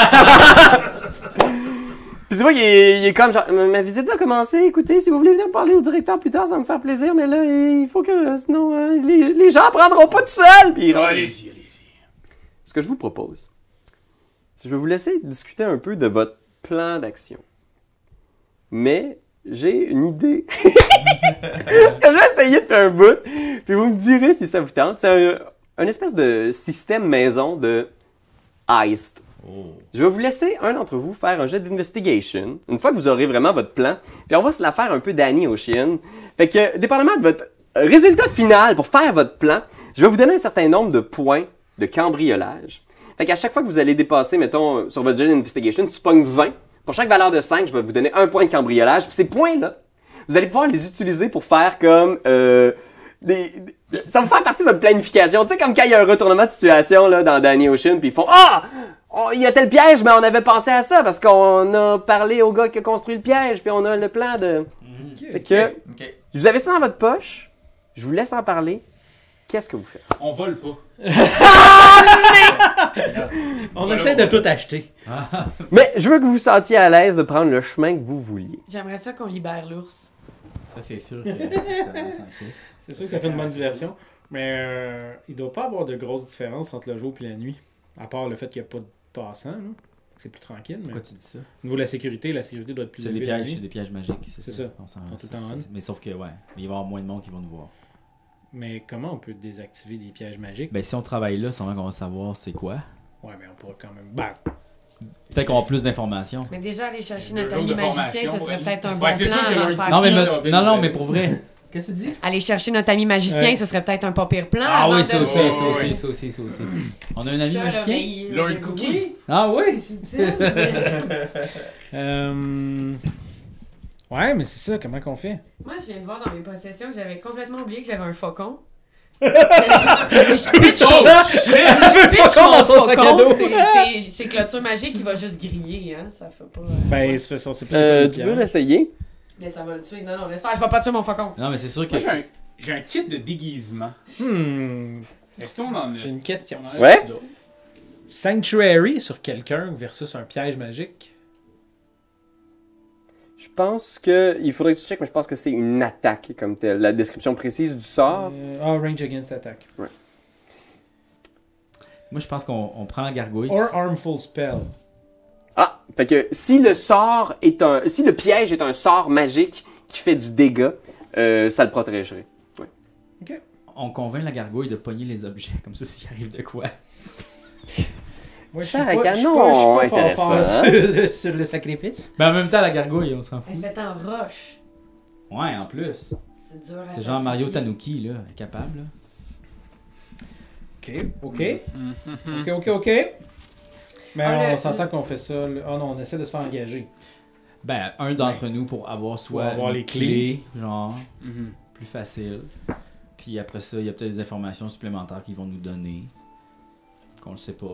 Puis tu vois qu'il est, il est comme genre « Ma visite va commencer, écoutez, si vous voulez venir parler au directeur plus tard, ça va me faire plaisir, mais là, il faut que, sinon, hein, les, les gens prendront pas tout seuls. » Puis il Ah, rentre. allez-y, allez-y. ce que je vous propose, c'est que je vais vous laisser discuter un peu de votre plan d'action. Mais j'ai une idée. Je vais essayer de faire un bout, puis vous me direz si ça vous tente. C'est un, un espèce de système maison de heist. Oh. Je vais vous laisser un d'entre vous faire un jet d'investigation, une fois que vous aurez vraiment votre plan, puis on va se la faire un peu Danny Ocean. Fait que, dépendamment de votre résultat final pour faire votre plan, je vais vous donner un certain nombre de points de cambriolage. Fait qu'à chaque fois que vous allez dépasser, mettons, sur votre jet d'investigation, tu pognes vingt. Pour chaque valeur de cinq, je vais vous donner un point de cambriolage. Puis ces points-là, vous allez pouvoir les utiliser pour faire comme... Euh, des, des- ça va faire partie de votre planification. Tu sais, comme quand il y a un retournement de situation là, dans Danny Ocean, puis ils font « Ah! Oh, il y a tel piège, mais on avait pensé à ça parce qu'on a parlé au gars qui a construit le piège, puis on a le plan de... Mhm. Fait que, Ok. vous avez ça dans votre poche. Je vous laisse en parler. Qu'est-ce que vous faites? On vole pas. On Voilà, essaie de tout acheter. Mais je veux que vous vous sentiez à l'aise de prendre le chemin que vous vouliez. J'aimerais ça qu'on libère l'ours. Ça, c'est sûr que c'est sans crise. C'est sûr que ça fait une bonne diversion. Mais euh, il doit pas avoir de grosses différences entre le jour et la nuit. À part le fait qu'il n'y a pas de passants. Là. C'est plus tranquille. Mais Pourquoi tu dis ça? au niveau de la sécurité, la sécurité doit être plus C'est des élevée la pièges, c'est nuit. des pièges magiques, c'est C'est ça. ça. On s'en- Ils sont tout c'est- le temps on. c'est- Mais sauf que, ouais, il va y avoir moins de monde qui vont nous voir. Mais comment on peut désactiver des pièges magiques? Ben, si on travaille là, sûrement qu'on va savoir c'est quoi. Ouais, mais on pourra quand même... Bah, Peut-être qu'on a plus d'informations. Mais déjà, aller chercher Le notre jour ami de magicien, formation, ce serait ouais. peut-être un Ouais, bon c'est plan sûr que avant de le- faire Non, mais, ça, me- ça va bien non, nous non, aider. mais pour vrai. Qu'est-ce que tu dis? Aller chercher notre ami magicien, Ouais. ce serait peut-être un pas pire plan. Ah avant oui, de- ça aussi, Ouais, ça ouais, aussi, ouais. ça aussi, ça aussi. On a un ami Ça, là, magicien? mais il- Lord oui. Cookie? Ah oui? C'est subtil, mais- euh... Ouais, mais c'est ça, comment qu'on fait? Moi, je viens de voir dans mes possessions que j'avais complètement oublié que j'avais un faucon. si je pitch, Oh, si je pitch faucon mon dans son sac à faucon, dos. c'est- c'est- c'est clôture magique qui va juste griller, hein. Ça fait pas... euh, Ben, ouais. c'est ça, c'est plus Euh, pas tu peux l'essayer. Mais ça va le tuer. Non, non, laisse faire, je vais pas tuer mon faucon. Non, mais c'est sûr que. Moi, j'ai un, j'ai un kit de déguisement. Hmm, Est-ce qu'on en a? j'ai une question. On en a Ouais. d'autres? Sanctuary sur quelqu'un versus un piège magique? Je pense que... Il faudrait que tu checkes, mais je pense que c'est une attaque comme telle. La description précise du sort. Euh, Ah, range against attack. Moi, je pense qu'on on prend la gargouille. Or harmful spell. Ah! Fait que si le sort est un... Si le piège est un sort magique qui fait du dégât, euh, ça le protégerait. On convainc la gargouille de pogner les objets, comme ça, s'il arrive de quoi. Moi, je suis Faire pas, un je suis canon, pas, je suis pas intéressant, fort, fort hein? sur, le, sur le sacrifice. Mais en même temps, la gargouille, on s'en fout. Elle fait en roche. Ouais, en plus. C'est dur à C'est genre Mario sacrifier. Tanuki, là, capable. Là. Ok, ok. Mhm. Ok, ok, ok. Mais Ah, on le- s'entend qu'on fait ça. là. Ah non, on essaie de se faire engager. Ben, un d'entre nous pour avoir soit Pour avoir une les clé, genre, Mhm. plus facile. Puis après ça, il y a peut-être des informations supplémentaires qu'ils vont nous donner. Qu'on le sait pas.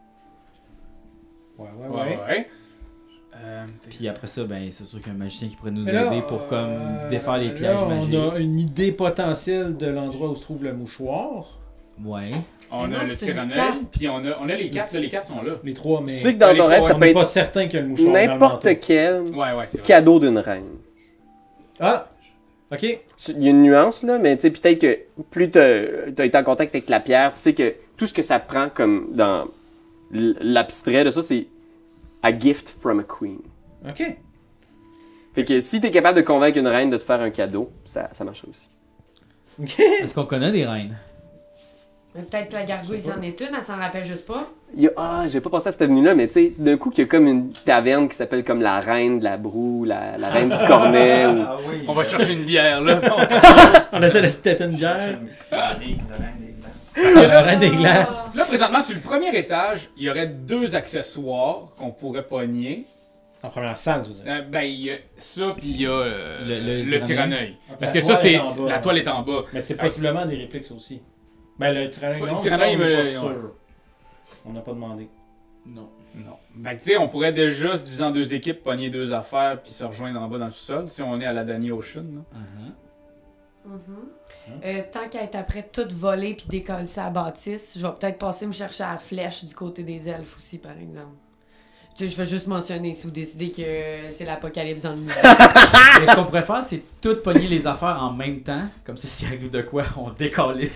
Ouais, ouais, Ouais, ouais. ouais. Euh, Puis après ça, ben, c'est sûr qu'il y a un magicien qui pourrait nous Mais là, aider pour comme euh, défaire les là, pièges magiques. On a une idée potentielle de l'endroit où se trouve le mouchoir. Ouais. on Mais a non, le c'est une tyrannoïde, carte. puis on a, on a les quatre, là, les quatre sont là. Les trois, mais Tu sais que dans les ton trois, rêve, ça on peut n'est pas être certain qu'il y a le mouchoir dans le n'importe manteau. quel Ouais, ouais, c'est vrai. cadeau d'une reine. Ah! Ok. Tu- Il y a une nuance, là, mais tu sais, peut-être que plus tu as été en contact avec la pierre, tu sais que tout ce que ça prend comme dans l- l'abstrait de ça, c'est a gift from a queen. Ok. Fait que si tu es capable de convaincre une reine de te faire un cadeau, ça, ça marcherait aussi. Ok. Est-ce qu'on connaît des reines? Mais peut-être que la gargouille Je sais pas. s'en est une, elle s'en rappelle juste pas. Il y a- ah, j'ai pas pensé à cette avenue-là, mais tu sais, d'un coup, qu'il y a comme une taverne qui s'appelle comme la reine de la broue, la, la reine du cornet. ou... Ah oui. On va chercher une bière, là. On essaie de se têter une bière. La reine des glaces. Parce que La là, reine des glaces. là, présentement, sur le premier étage, il y aurait deux accessoires qu'on pourrait pogner. En première salle, je veux dire. Euh, ben, il y a ça, puis il y a euh, Le- le le, tyrannoïde. tyrannoïde. Parce La que ça, toile est c'est. en bas. La toile est en bas. Mais c'est possiblement des répliques aussi. Ben le tyrannoïde, Ouais, non, le ça, tyrannoïde, on n'est pas mais- sûr. ouais. On n'a pas demandé. Non. Non. Ben, tu sais, on pourrait déjà se diviser en deux équipes, pogner deux affaires, puis se rejoindre en bas dans le sol, si on est à la Danny Ocean. là. Uh-huh. Mhm. Euh, tant qu'à être après tout voler puis décoller sa bâtisse, je vais peut-être passer me chercher à la flèche du côté des elfes aussi, par exemple. Tu sais, je vais juste mentionner si vous décidez que c'est l'apocalypse dans le musée. Et ce qu'on pourrait faire, c'est tout pogner les affaires en même temps. Comme ça, s'il arrive de quoi, on décalisse.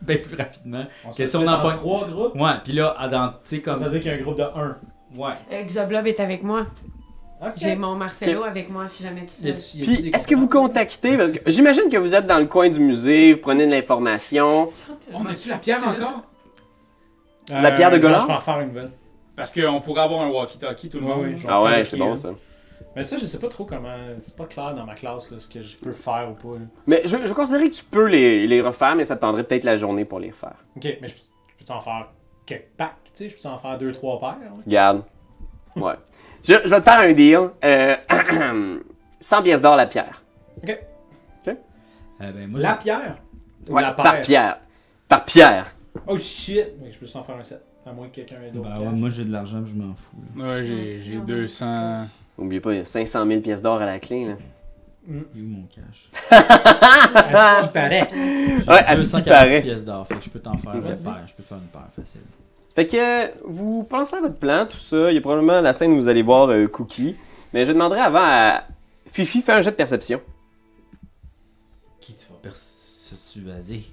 bien plus rapidement. On se Que si fait on en dans pogne- trois groupes. Ouais, puis là, à dans, tu sais, Ça comme. veut dire qu'il y a un groupe de un. Ouais. Euh, Xoblob est avec moi. Ok. J'ai mon Marcelo avec moi, je suis jamais tout Y seul. a-tu- y a-tu Puis, des est-ce que vous compétences? contactez, parce que j'imagine que vous êtes dans le coin du musée, vous prenez de l'information. On a-tu la pierre encore? La pierre de Euh, Golard? Je vais en refaire une nouvelle. Parce qu'on pourrait avoir un walkie-talkie, tout le Ouais, monde. oui, je vais Ah en faire ouais, un c'est qui, bon là. ça. Mais ça, je sais pas trop comment. C'est pas clair dans ma classe là, ce que je peux faire ou pas. Là. Mais je, je considérais que tu peux les, les refaire, mais ça te prendrait peut-être la journée pour les refaire. Ok, mais je peux- je peux-tu en faire quelques packs? Tu sais, je peux-tu en faire deux, trois paires? Là? Regarde. Ouais. Je, je vais te faire un deal. Euh, cent pièces d'or la pierre. Ok. Euh, ben, moi, La j'ai- pierre? Ou Ouais, la par paire? pierre. Par pierre. Oh shit! Mais je peux en faire un set. À moins que quelqu'un ait d'autres. Ben, cash. ouais, moi, j'ai de l'argent, je m'en fous. là. Ouais, j'ai j'ai deux cents. N'oubliez pas, il y a cinq cent mille pièces d'or à la clé. Là. Il est où mon cash? À ce qui paraît. Ouais, à ce qui paraît. pièces d'or, fait que je peux t'en faire une Vas-y. paire. Je peux faire une paire facile. Fait que euh, vous pensez à votre plan, tout ça. Il y a probablement la scène où vous allez voir euh, Cookie. Mais je demanderai avant à Fifi, fais un jet de perception. Qui tu vas persuader?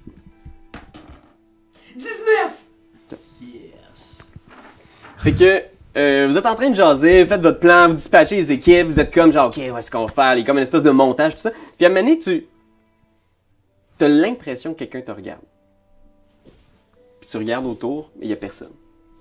dix-neuf! Fait que euh, vous êtes en train de jaser, faites votre plan, vous dispatchez les équipes, vous êtes comme genre, ok, qu'est-ce qu'on va faire? Il y a comme une espèce de montage, tout ça. Puis à un moment donné, tu as l'impression que quelqu'un te regarde. Puis tu regardes autour, mais il n'y a personne.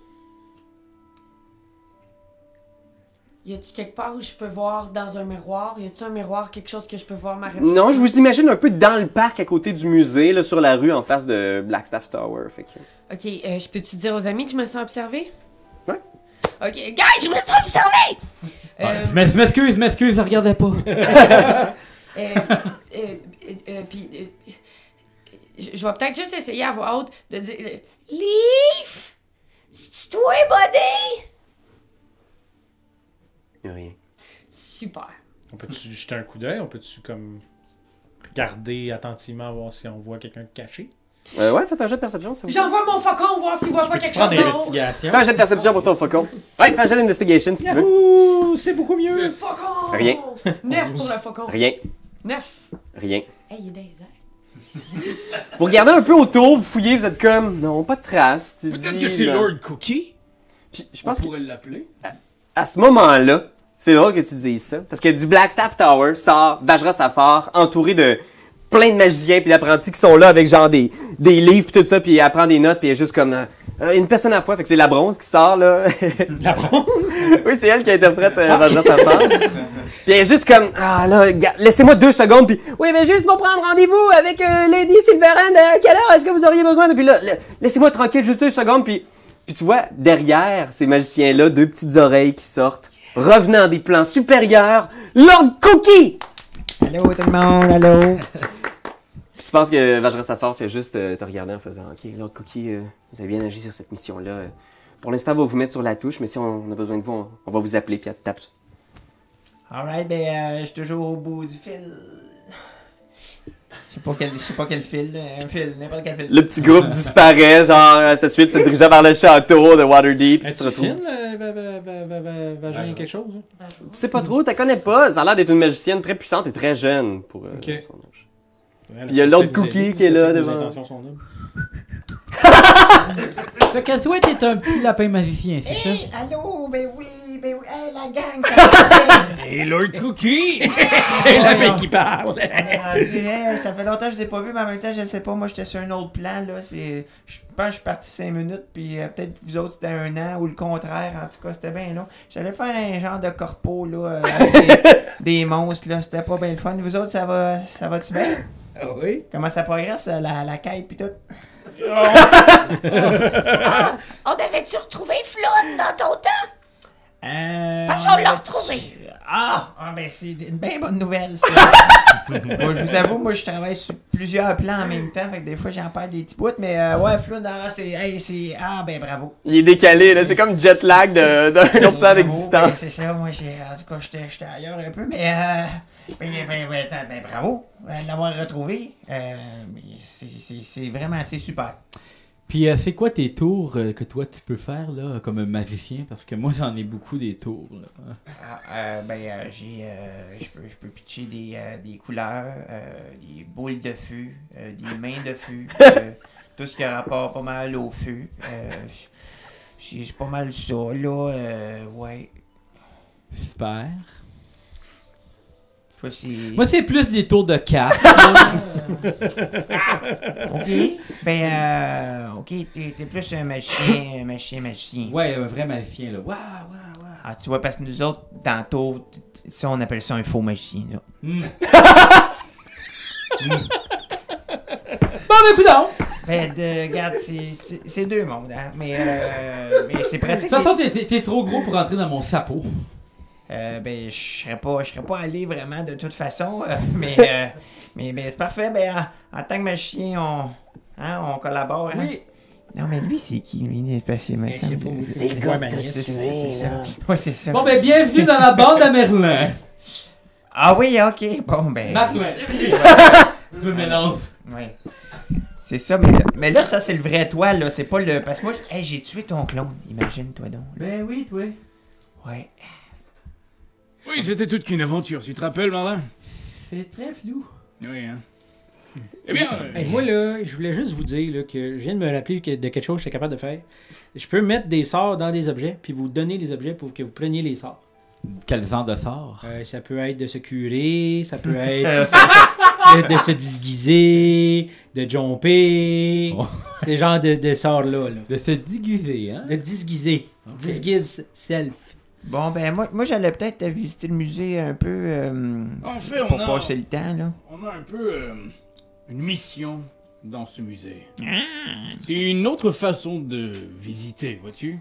Y a-tu quelque part où je peux voir dans un miroir? Y a-tu un miroir, quelque chose que je peux voir ma réflexion? Non, je vous imagine un peu dans le parc à côté du musée, là, sur la rue en face de Blackstaff Tower. Fait que... Ok, euh, je peux-tu dire aux amis que je me sens observée? Ouais. Ok, guys, je me sens observée! Euh, Ouais, je m'ex- je m'excuse, je m'excuse, je regardais pas. euh, euh, euh, euh, puis, euh, je je vais peut-être juste essayer à voix haute de dire euh, Leaf! C'est toi, buddy? Il y a rien. Super. On peut-tu jeter un coup d'œil? On peut-tu comme regarder attentivement voir si on voit quelqu'un caché? Euh, ouais, faites un jet de perception, ça vous J'envoie mon faucon voir s'il voit pas Peux-tu quelque prendre chose des en haut. investigations? Fais un jet de perception pour ton faucon. Ouais, fais un jet d'investigation si tu veux. Ouh, c'est beaucoup mieux! C'est- Faucon! Rien. Neuf pour le faucon. Rien. Neuf. Rien. Hey, il est dans les airs. Vous regardez un peu autour, vous fouillez, vous êtes comme, non, pas de traces. Tu Peut-être dis, que c'est non. Lord Cookie. Puis, je On pense que pourrait l'appeler. à ce moment-là, c'est drôle que tu dises ça, parce que du Blackstaff Tower sort Vajra Safar, entouré de plein de magiciens puis d'apprentis qui sont là avec genre des, des livres puis tout ça, puis elle prend des notes puis elle est juste comme euh, une personne à la fois, fait que c'est la bronze qui sort là. La bronze? Oui, c'est elle qui interprète euh, Vajra Safar. Puis elle est juste comme ah là, gars, laissez-moi deux secondes puis oui, mais juste pour prendre rendez-vous avec euh, Lady Silverhand, à quelle heure est-ce que vous auriez besoin de puis là, là, laissez-moi tranquille juste deux secondes puis puis tu vois derrière ces magiciens là deux petites oreilles qui sortent. Revenant des plans supérieurs, Lord Cookie! Allô tout le monde, allô? Puis je pense que Vajra Safar fait juste euh, te regarder en faisant ok, Lord Cookie, euh, vous avez bien agi sur cette mission-là. Euh, pour l'instant, on va vous mettre sur la touche, mais si on a besoin de vous, on, on va vous appeler puis elle te tape. Alright, ben euh, je suis toujours au bout du fil. Je sais pas quel, je sais pas quel fil, là, un fil, n'importe quel fil. Le petit groupe disparaît, genre, à sa suite, se dirigeant vers le château de Waterdeep. puis tu te Es-tu retrouves- fine, euh, va- va- va- va- va- Vagin, quelque chose? hein? Tu sais pas trop, tu la connais pas. Ça a l'air d'être une magicienne très puissante et très jeune pour euh, Ok. son âge. Ouais, il y a Lord peut-être nous Cookie aider, qui est ça, là c'est que nos devant. intentions sont nobles. Fait que toi, t'es un petit lapin magicien, c'est ça? Hey, allô, ben oui, ben oui, hey la gang, ça va bien? Et Lord Cookie! Et la fille qui parle! On est rendu, hey, ça fait longtemps que je vous ai pas vu, mais en même temps, je sais pas, moi j'étais sur un autre plan, là, c'est... Je pense que je suis parti cinq minutes, puis euh, peut-être vous autres c'était un an, ou le contraire, en tout cas, c'était bien long. J'allais faire un genre de corpo, là, euh, avec des, des monstres, là, c'était pas bien le fun. Vous autres, ça va, ça va-tu bien? Ah oui? Comment ça progresse, euh, la, la quête, pis tout? On avait-tu retrouvé Flood dans ton temps? Euh, Parce qu'on l'a avait- retrouvé. Ah! Ah, ben c'est une bien bonne nouvelle, ça. Moi, je vous avoue, moi, je travaille sur plusieurs plans en même temps, fait que des fois, j'en perds des petits bouts, mais euh, ouais, Flood, ah, c'est... Hey, c'est... Ah, ben bravo. Il est décalé, là. C'est comme jet lag de- d'un autre plan Bravo, ben, d'existence. c'est ça, moi, j'ai... En tout cas, j'étais j'étais ailleurs un peu, mais... Euh, ben, ben, ben, attends, ben, bravo euh, de l'avoir retrouvé. Euh, mais c'est- c'est c'est vraiment assez super. Puis euh, c'est quoi tes tours euh, que toi tu peux faire là comme un magicien? Parce que moi j'en ai beaucoup des tours. Là. Ah, euh, ben, euh, j'ai, euh, je peux, je peux pitcher des, euh, des couleurs, euh, des boules de feu, euh, des mains de feu, euh, tout ce qui a rapport pas mal au feu. Euh, c'est c'est pas mal ça, là. Euh, ouais. Super. Toi, c'est... Moi, c'est plus des tours de cartes. OK. Ben, euh, OK, t'es, t'es plus un magicien, un magicien, magicien. Ouais, un vrai magicien, là. Waouh, waouh, waouh. Ah, tu vois, parce que nous autres, dans tour, t- t- ça, on appelle ça un faux magicien, là. Mm. Mm. Bon, ben, coudonc. Ben, de, regarde, c'est, c'est, c'est deux mondes, hein. Mais, euh, mais c'est De pratique. toute façon, t'es, t'es- t'es trop gros pour entrer dans mon sapot. Euh, ben, je serais pas, je serais pas allé vraiment de toute façon, euh, mais, euh, mais, mais c'est parfait. Ben, en, en tant que magicien, on, hein, on collabore. Hein? Oui. Non, mais lui, c'est qui, lui? Il est passé, mais je sais pas, moi, c'est c'est quoi, quoi, Magnus? Magnus? C'est c'est ça. Ouais, c'est ça. Bon, ben, bienvenue dans la bande à Merlin. Ah oui, ok. Bon, ben. Merlin. Je me mélange. Ouais. C'est ça, mais, mais là, ça, c'est le vrai toi, là. C'est pas le. Parce que moi, hey, j'ai tué ton clone. Imagine-toi donc. Ben oui, toi. Ouais. Oui, c'était toute qu'une aventure, tu te rappelles, Marlin? C'est très flou. Oui, hein. Eh bien, euh, Hey, moi, là, je voulais juste vous dire là, que je viens de me rappeler que- de quelque chose que j'étais capable de faire. Je peux mettre des sorts dans des objets, puis vous donner les objets pour que vous preniez les sorts. Quel genre de sort? Euh, ça peut être de se curer, ça peut être de, de se disguiser, de jumper. Oh. Ces genres de, de sorts-là. Là. De se déguiser, hein? De disguiser. Ok. Disguise self. Bon, ben, moi, moi j'allais peut-être visiter le musée un peu. euh, en fait, on pour a, passer le temps, là. on a un peu euh, une mission dans ce musée. C'est une autre façon de visiter, vois-tu?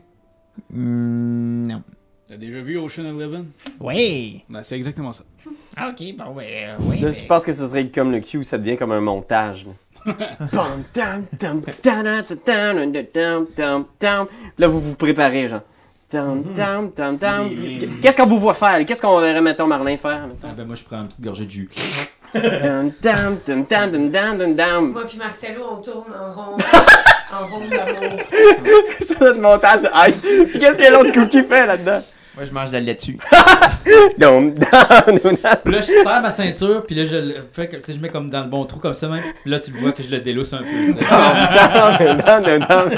Hmm, non. T'as déjà vu Ocean Eleven? Oui. Ben, c'est exactement ça. Ah, ok, bon, ben, euh, oui. Là, ben- je pense que ce serait comme le Q, ça devient comme un montage. là. Pam, tam, tam, tana, ta, tam, ta, tam, tam, tam. Là, vous vous préparez, genre. Tam, tam, tam, tam. Qu'est-ce qu'on vous voit faire? Qu'est-ce qu'on verrait, mettons, Marlin faire? mettons? Ah, ben moi, je prends une petite gorgée de jus. Tam, tam, tam, tam, tam, tam, tam, tam. Moi puis Marcelo, on tourne en rond. en rond d'amour. C'est notre montage de Ice. Puis qu'est-ce que l'autre cookie fait là-dedans? Moi, je mange de la laitue. Dum, dum, dum, dum. Puis là, je serre ma ceinture, puis là, je le fais comme, tu sais, je mets comme dans le bon trou comme ça même. Puis là, tu vois que je le délousse un peu. tu sais. Dum, dum, dum, dum.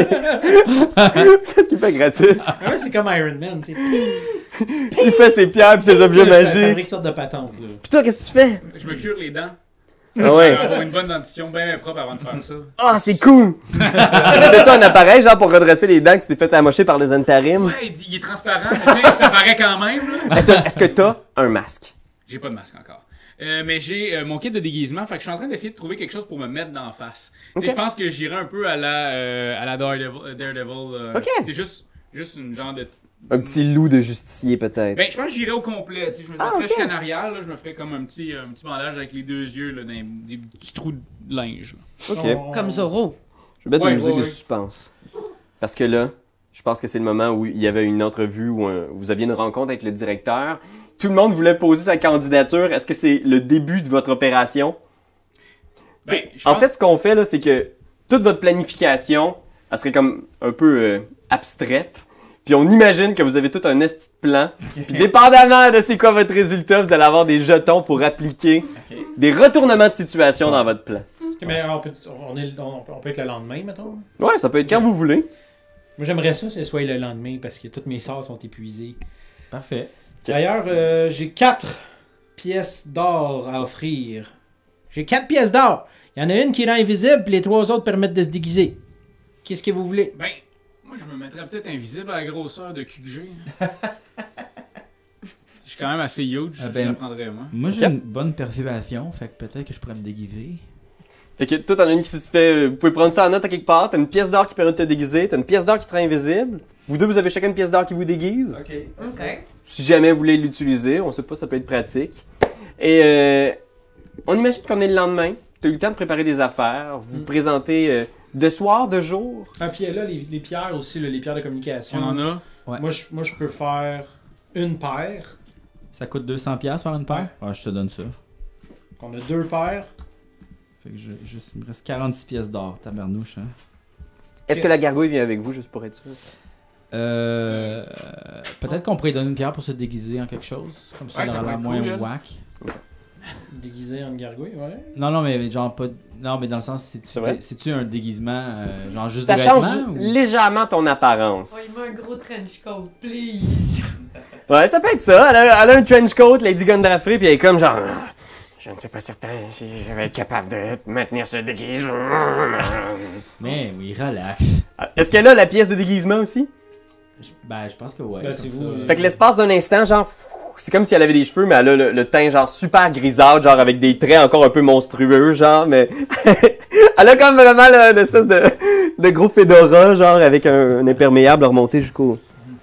Qu'est-ce qu'il fait gratis? Ah ouais, c'est comme Iron Man, tu sais. Il fait ses pierres et ses objets Ça fabrique magiques. toutes sortes de patentes, là. Puis toi, qu'est-ce que tu fais? Je me cure les dents. Ah ouais. Pour avoir une bonne dentition bien bien propre avant de faire ça. Ah, c'est cool! T'as-tu un appareil, genre, pour redresser les dents que tu t'es fait amocher par les intarim? Ouais, il, dit- il est transparent, mais tu sais, ça paraît quand même, là. Est-ce que- Est-ce que t'as un masque? J'ai pas de masque encore. Euh, mais j'ai euh, mon kit de déguisement, fait que je suis en train d'essayer de trouver quelque chose pour me mettre d'en face. Tu sais, Ok. je pense que j'irai un peu à la, euh, à la Daredevil. euh, Daredevil euh, Ok. C'est juste, juste une genre de... Un petit loup de justicier, peut-être. Ben, je pense que j'irai au complet. Tu sais, je me Ah, mettrais ok. jusqu'en arrière, là, je me ferais comme un petit, un petit bandage avec les deux yeux, là, dans les- des petits trous de linge. là. Ok. On- Comme Zorro. Je vais mettre Ouais, une musique ouais, de ouais. suspense. Parce que là, je pense que c'est le moment où il y avait une entrevue, où un- vous aviez une rencontre avec le directeur. Tout le monde voulait poser sa candidature. Est-ce que c'est le début de votre opération? Ben, T'sais, je en pense- fait, ce qu'on fait, là, c'est que toute votre planification, elle serait comme un peu euh, abstraite. Puis on imagine que vous avez tout un esti de plan. Puis dépendamment de c'est quoi votre résultat, vous allez avoir des jetons pour appliquer des retournements de situation dans votre plan. Ok, mais on peut, on, est, on, on peut être le lendemain, mettons. Ouais, ça peut être quand vous voulez. Moi, j'aimerais ça que ce soit le lendemain parce que toutes mes sorts sont épuisés. Parfait. D'ailleurs, euh, j'ai quatre pièces d'or à offrir. J'ai quatre pièces d'or. Il y en a une qui rend invisible, puis les trois autres permettent de se déguiser. Qu'est-ce que vous voulez? Ben, moi, je me mettrais peut-être invisible à la grosseur de Q que j'ai. Je suis quand même assez huge, Ah ben, je la prendrais, moi. Moi, j'ai Ok. une bonne persuasion, fait que peut-être que je pourrais me déguiser. Fait que toi, t'en as une qui se fait. Vous pouvez prendre ça en note à quelque part. T'as une pièce d'or qui permet de te déguiser. T'as une pièce d'or qui te rend invisible. Vous deux, vous avez chacun une pièce d'or qui vous déguise. OK. Si jamais vous voulez l'utiliser, on sait pas, ça peut être pratique. Et euh, on imagine qu'on est le lendemain. T'as eu le temps de préparer des affaires. Vous vous présentez euh, de soir, de jour. Ah, puis là, les, les pierres aussi, là, les pierres de communication. On en a. Ouais. Moi, je, moi, je peux faire une paire. Ça coûte deux cents piastres faire une paire? Ouais, je te donne ça. On a deux paires. Fait que je, juste, il me reste quarante-six pièces d'or, tabarnouche, hein. Est-ce que la gargouille vient avec vous, juste pour être sûr? Euh, peut-être qu'on pourrait lui donner une pierre pour se déguiser en quelque chose. Comme ça, Ouais, il ça aura l'air pourrait être moins cool, là. whack. Déguisé en gargouille, ouais. Non, non, mais genre pas. Non, mais dans le sens, c'est-tu C'est vrai? dé- c'est-tu un déguisement, euh, genre juste Ça des change vêtements, ou- légèrement ton apparence. Oh, il met un gros trench coat, please. Ouais, ça peut être ça. Elle a, elle a un trench coat, Lady Gondrafrey, puis elle est comme genre... Je ne suis pas certain si je vais être capable de maintenir ce déguisement. Mais oui, relax. Est-ce qu'elle a la pièce de déguisement aussi? Je- Ben, je pense que ouais. Ben, comme c'est ça. vous, Fait que l'espace d'un instant, genre... C'est comme si elle avait des cheveux, mais elle a le, le teint genre super grisâtre, genre avec des traits encore un peu monstrueux, genre, mais... elle a comme vraiment là, une espèce de, de gros fedora, genre avec un, un imperméable remonté jusqu'au...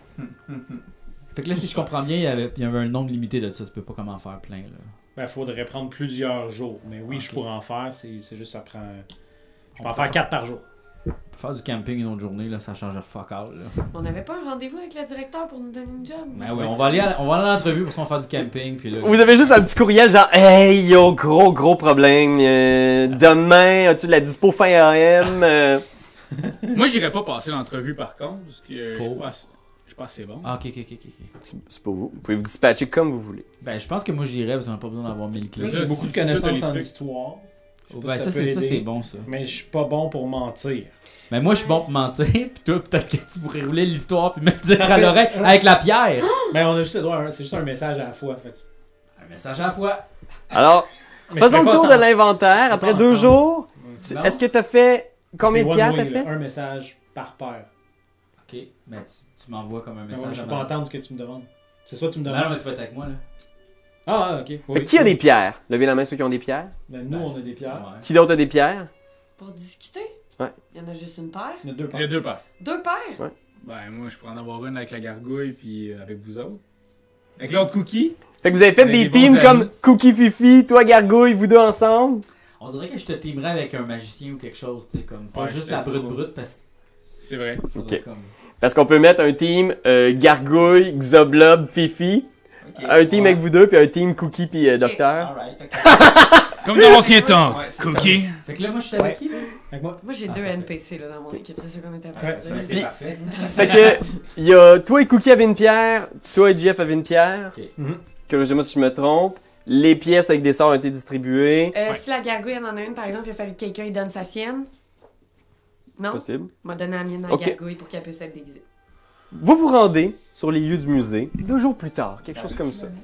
Fait que là, si je comprends bien, il y avait, il y avait un nombre limité de ça. Tu peux pas comment faire plein, là. Ben, faudrait prendre plusieurs jours. Mais oui, Ok. je pourrais en faire. C'est c'est juste ça prend. Je peux On en peut faire quatre par jour. Faire du camping une autre journée, là, ça change de fuck all, là. On n'avait pas un rendez-vous avec le directeur pour nous donner une job? Ben oui, on va aller à, on va aller à l'entrevue pour qu'on va faire du camping, puis là... Vous avez juste un petit courriel genre « Hey, yo, gros, gros problème. euh, demain, as-tu de la dispo fin A M? Euh, Moi, j'irais pas passer l'entrevue par contre, parce que euh, je suis Pour? pas assez- je suis pas assez bon. Ah, ok, ok, ok, ok. ok. C'est c'est pas vous. Vous pouvez vous dispatcher comme vous voulez. Ben, je pense que moi, j'irais, parce qu'on n'a pas besoin d'avoir mille clés. Ça, J'ai c'est- beaucoup de c'est connaissances tous les en trucs. histoire. Je sais pas Ben, si ça, peut c'est ça, aider, c'est bon, ça. Mais je suis pas bon pour mentir. Mais moi, je suis bon pour mentir, puis toi, peut-être que tu pourrais rouler l'histoire, puis me le dire à l'oreille avec la pierre. Mais on a juste le droit à un- c'est juste un message à la fois. Fait. Un message à la fois. Alors, Mais je faisons peux le pas tour de attendre. l'inventaire. Après pas deux attendre. jours, tu- Non. est-ce que t'as fait... Combien C'est de pierres one t'as way, fait? là, un message par paire. Ok, ben, tu, tu m'envoies comme un Mais message. ouais, je peux avant. pas entendre ce que tu me demandes. C'est soit tu me Ben non, demandes. mais tu vas être avec moi, là. Ah, ah, ok. Fait Oui. que qui a des pierres? Levez la main ceux qui ont des pierres. Ben, nous, on a des pierres. Ouais. Qui d'autre a des pierres? Pour discuter? Ouais. Il y en a juste une paire? On a deux Il y a paires. deux paires. Deux paires? Ben, moi, je pourrais en avoir une avec la gargouille, puis euh, avec vous autres. Avec l'autre cookie. Fait que vous avez fait Avec des des bons teams amis. comme Cookie Fifi, toi Gargouille, vous deux ensemble. On dirait que je te teamerais avec un magicien ou quelque chose, tu sais, comme pas Ouais, juste c'est la brute trop. brute, parce que C'est vrai. faudrait Ok. comme... Parce qu'on peut mettre un team euh, Gargouille, Xoblob, Fifi. Un team ouais. avec vous deux, puis un team Cookie puis euh, Ok. Docteur. Alright, ok. Comme dans l'ancien temps. Ouais, c'est Cookie. Fait que là, moi, je suis avec Ouais. qui, là? Avec moi. Moi, j'ai Ah, deux parfait. N P C là, dans mon équipe, c'est ça qu'on était à Ouais, Ben, dire. c'est Puis- parfait. Fait que, il y a toi et Cookie avaient une pierre, toi et Jeff avaient une pierre. Ok. Mhm. Corrigez-moi si je me trompe. Les pièces avec des sorts ont été distribuées. Euh, Ouais. Si la gargouille en en a une, par exemple, il a fallu que quelqu'un lui donne sa sienne. Non? Possible. M'a donné la mienne à la Ok. gargouille pour qu'elle puisse être déguisée. Vous vous rendez sur les lieux du musée, deux jours plus tard, quelque chose comme ça.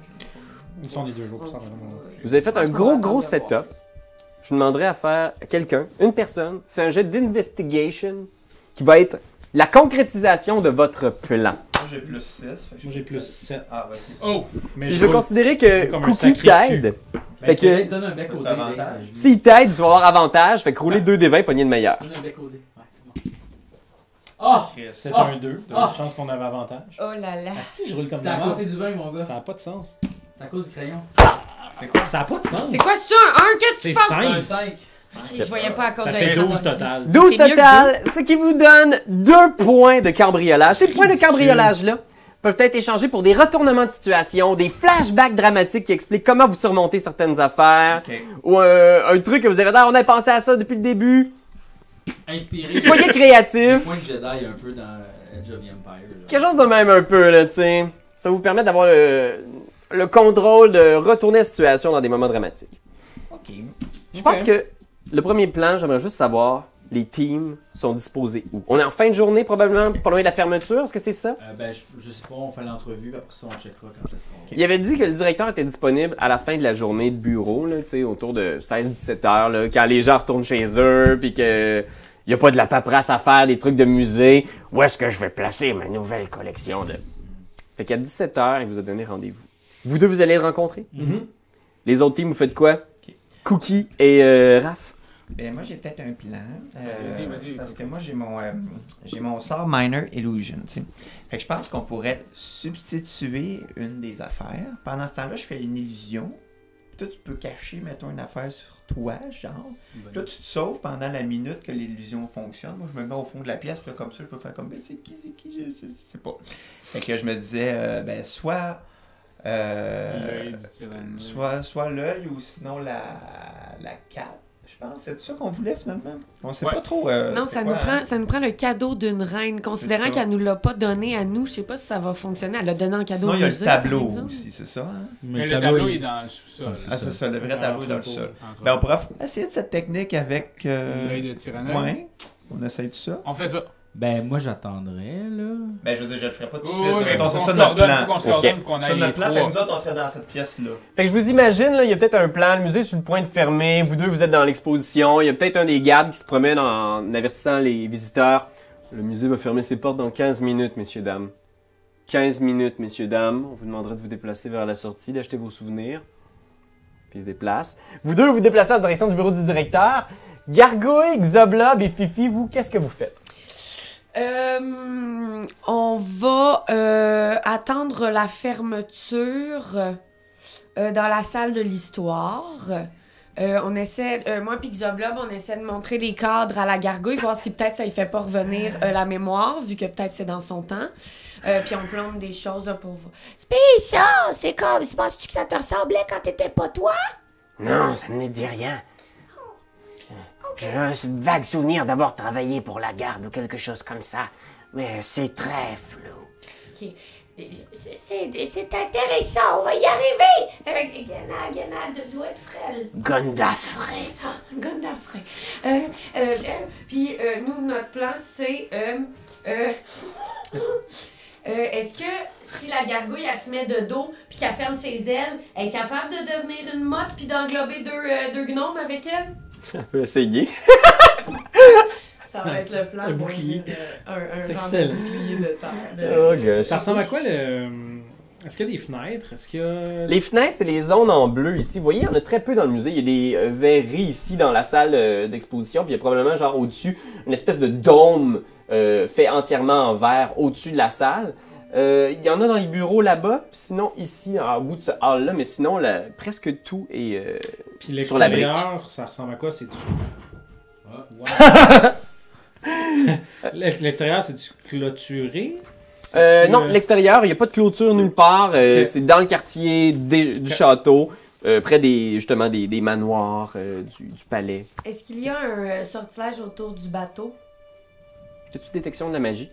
Ils sont les deux jours. ça, Ouais. vraiment. Vous avez fait Je un pense qu'on gros, va gros attendre de voir. setup. Je vous demanderai à faire quelqu'un, une personne, fait un jet d'investigation qui va être la concrétisation de votre plan. Moi j'ai plus six. Fait que Moi, j'ai plus sept. Ah, vas-y. Oh! Mais Je je vais vais considérer que comme un Cookie sacré t'aide. Ben, Fait que- quelqu'un te donne un bec au As-tu dé. avantage? ben, je- S'il t'aide, tu vas avoir avantage. Fait que rouler deux des vingt, pogner le meilleur. Donne un bec au dé. Ouais, c'est bon. Oh! C'est Ah! un deux. T'as Ah! une chance qu'on avait avantage. Oh là là. Ah, si, je roule comme C'était à la merde. côté du vin, mon gars. Ça n'a pas de sens. C'est à cause du crayon. C'est quoi? Ça n'a pas de sens. C'est quoi, c'est un un? Qu'est-ce que C'est tu penses? cinq. Un cinq. Ok, je voyais pas à cause Ça de fait l'écran douze d'ordi. total. douze C'est mieux que total, ce qui vous donne deux points de cambriolage. Ces points de cambriolage-là peuvent être échangés pour des retournements de situation, des flashbacks dramatiques qui expliquent comment vous surmontez certaines affaires, Ok. ou un, un truc que vous avez dit, on a pensé à ça depuis le début. Inspiré. Soyez Des créatifs. points de Jedi un peu dans Edge of the Empire. là. Quelque chose de même un peu, là, tu sais. Ça vous permet d'avoir le, le contrôle de retourner la situation dans des moments dramatiques. Ok. Je pense que le premier plan, j'aimerais juste savoir, les teams sont disposés où? On est en fin de journée, probablement, pas loin de la fermeture, est-ce que c'est ça? Euh, ben, je, je sais pas, on fait l'entrevue, puis après ça, on checkera quand est-ce qu'on... Il avait dit que le directeur était disponible à la fin de la journée de bureau, là, tu sais, autour de seize dix-sept heures, là, quand les gens retournent chez eux, puis que il n'y a pas de la paperasse à faire, des trucs de musée. Où est-ce que je vais placer ma nouvelle collection de... Fait qu'à dix-sept heures, il vous a donné rendez-vous. Vous deux, vous allez le rencontrer? Mhm. Les autres teams, vous faites quoi? Cookie et euh, Raph? Ben moi j'ai peut-être un plan. euh, Vas-y, vas-y, Parce Coco. que moi j'ai mon euh, j'ai mon sort Minor Illusion. Tu sais. Fait que je pense qu'on pourrait substituer une des affaires. Pendant ce temps-là, je fais une illusion. Toi, tu peux cacher, mettons, une affaire sur toi, genre. Puis là, tu te sauves pendant la minute que l'illusion fonctionne. Moi, je me mets au fond de la pièce, puis là, comme ça, je peux faire comme, ben, c'est qui, c'est qui, je sais, je sais pas. Fait que je me disais, euh, ben, soit. euh, L'œil du tyrannosaure. soit soit l'œil ou sinon la, la cape. Je pense, c'est ça qu'on voulait finalement. On sait Ouais. pas trop. euh, Non, c'est ça quoi, nous, hein? prend, ça nous prend le cadeau d'une reine. Considérant ça. qu'elle nous l'a pas donné à nous, je sais pas si ça va fonctionner. Elle l'a donné en cadeau Sinon, au il y a le musée, par tableau exemple. aussi, c'est ça, hein? Mais le tableau est dans le sous-sol. Ah, c'est ça, le vrai Ah, tableau dans le entrepôt, sol. entrepôt. Ben, on pourrait f- essayer de cette technique avec. Euh... L'œil de Tyrannoïde. Ouais. On essaye tout ça. On fait ça. Ben, moi, j'attendrais, là. Ben, je veux dire, je le ferai pas tout de Oui, suite. oui, mais Mettons, faut c'est qu'on ça se notre coordonne, faut plan. qu'on se Ok. coordonne, qu'on C'est aille les notre plan, fait que trois. nous autres, on serait dans cette pièce-là. Fait que je vous imagine, là, il y a peut-être un plan, le musée est sur le point de fermer, vous deux vous êtes dans l'exposition, il y a peut-être un des gardes qui se promène en avertissant les visiteurs. Le musée va fermer ses portes dans quinze minutes, messieurs, dames. quinze minutes, messieurs, dames. On vous demanderait de vous déplacer vers la sortie, d'acheter vos souvenirs. Puis il se déplace. Vous deux vous déplacez en direction du bureau du directeur. Gargouille, Xoblob et Fifi, vous, qu'est-ce que vous faites? Euh, on va euh, attendre la fermeture euh, dans la salle de l'histoire. Euh, on essaie, euh, moi et Xoblob, on essaie de montrer des cadres à la gargouille, voir si peut-être ça lui fait pas revenir euh, la mémoire, vu que peut-être c'est dans son temps. Euh, puis on plombe des choses là, pour voir. Spécial, c'est comme, penses-tu que ça te ressemblait quand t'étais pas toi? Non, ça ne me dit rien. J'ai un vague souvenir d'avoir travaillé pour la garde ou quelque chose comme ça, mais c'est très flou. Ok. C'est, c'est, c'est intéressant, on va y arriver! Avec Gana, Gana, de doigts de frêle. Gondafré. C'est ça, Gondafré. Euh, euh, euh, puis euh, nous, notre plan, c'est... Euh, euh, euh, est-ce que si la gargouille, elle se met de dos puis qu'elle ferme ses ailes, elle est capable de devenir une motte puis d'englober deux, euh, deux gnomes avec elle? On peut essayer. Ça va être le plan. Un pour bouclier. Un, un C'est genre excellent. de bouclier de terre. de- Oh, Ça ressemble à quoi le. Est-ce qu'il y a des fenêtres? Est-ce qu'il y a. Les fenêtres, c'est les zones en bleu ici. Vous voyez, il y en a très peu dans le musée. Il y a des euh, verreries ici dans la salle euh, d'exposition. Puis il y a probablement, genre, au-dessus, une espèce de dôme euh, fait entièrement en verre au-dessus de la salle. Euh, il y en a dans les bureaux là-bas. Puis sinon, ici, en bout de ce hall-là. Mais sinon, là, presque tout est euh, Puis sur la brique. l'extérieur, ça ressemble à quoi? C'est du. L'extérieur, c'est du clôturé? Euh, C'est-tu, non, euh, l'extérieur, il n'y a pas de clôture nulle part. Euh, Ok. C'est dans le quartier des- du Ok. château, euh, près des, justement des, des manoirs euh, du, du palais. Est-ce qu'il y a un euh, sortilège autour du bateau? As-tu détection de la magie?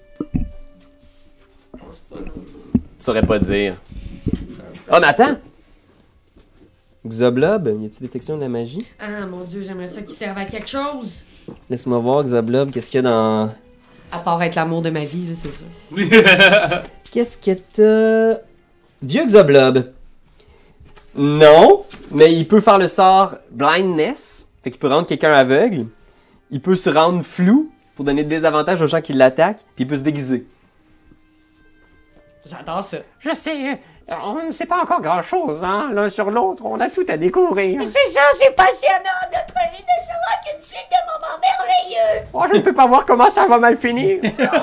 Tu saurais pas dire. Oh, mais attends! Xoblob, y a-tu détection de la magie? Ah mon dieu, j'aimerais ça qu'il serve à quelque chose! Laisse-moi voir, Xoblob, qu'est-ce qu'il y a dans... À part être l'amour de ma vie, là, c'est ça. Qu'est-ce que t'as... Vieux Xoblob. Non, mais il peut faire le sort Blindness, fait qu'il peut rendre quelqu'un aveugle. Il peut se rendre flou pour donner des avantages aux gens qui l'attaquent, puis il peut se déguiser. J'adore ça. Je sais, euh, on ne sait pas encore grand-chose, hein, l'un sur l'autre, on a tout à découvrir. C'est ça, c'est passionnant. Notre vie ne sera qu'une suite de moments merveilleux. Oh, je ne peux pas voir comment ça va mal finir.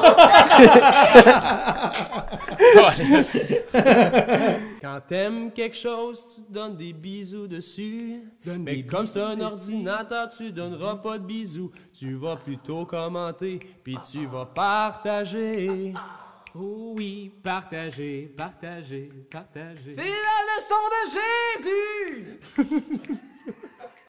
Quand t'aimes quelque chose, tu te donnes des bisous dessus. Mais comme c'est un ordinateur, tu donneras pas de bisous. Tu vas plutôt commenter, puis tu vas partager. Oh oui, partagez, partagez, partagez. C'est la leçon de Jésus!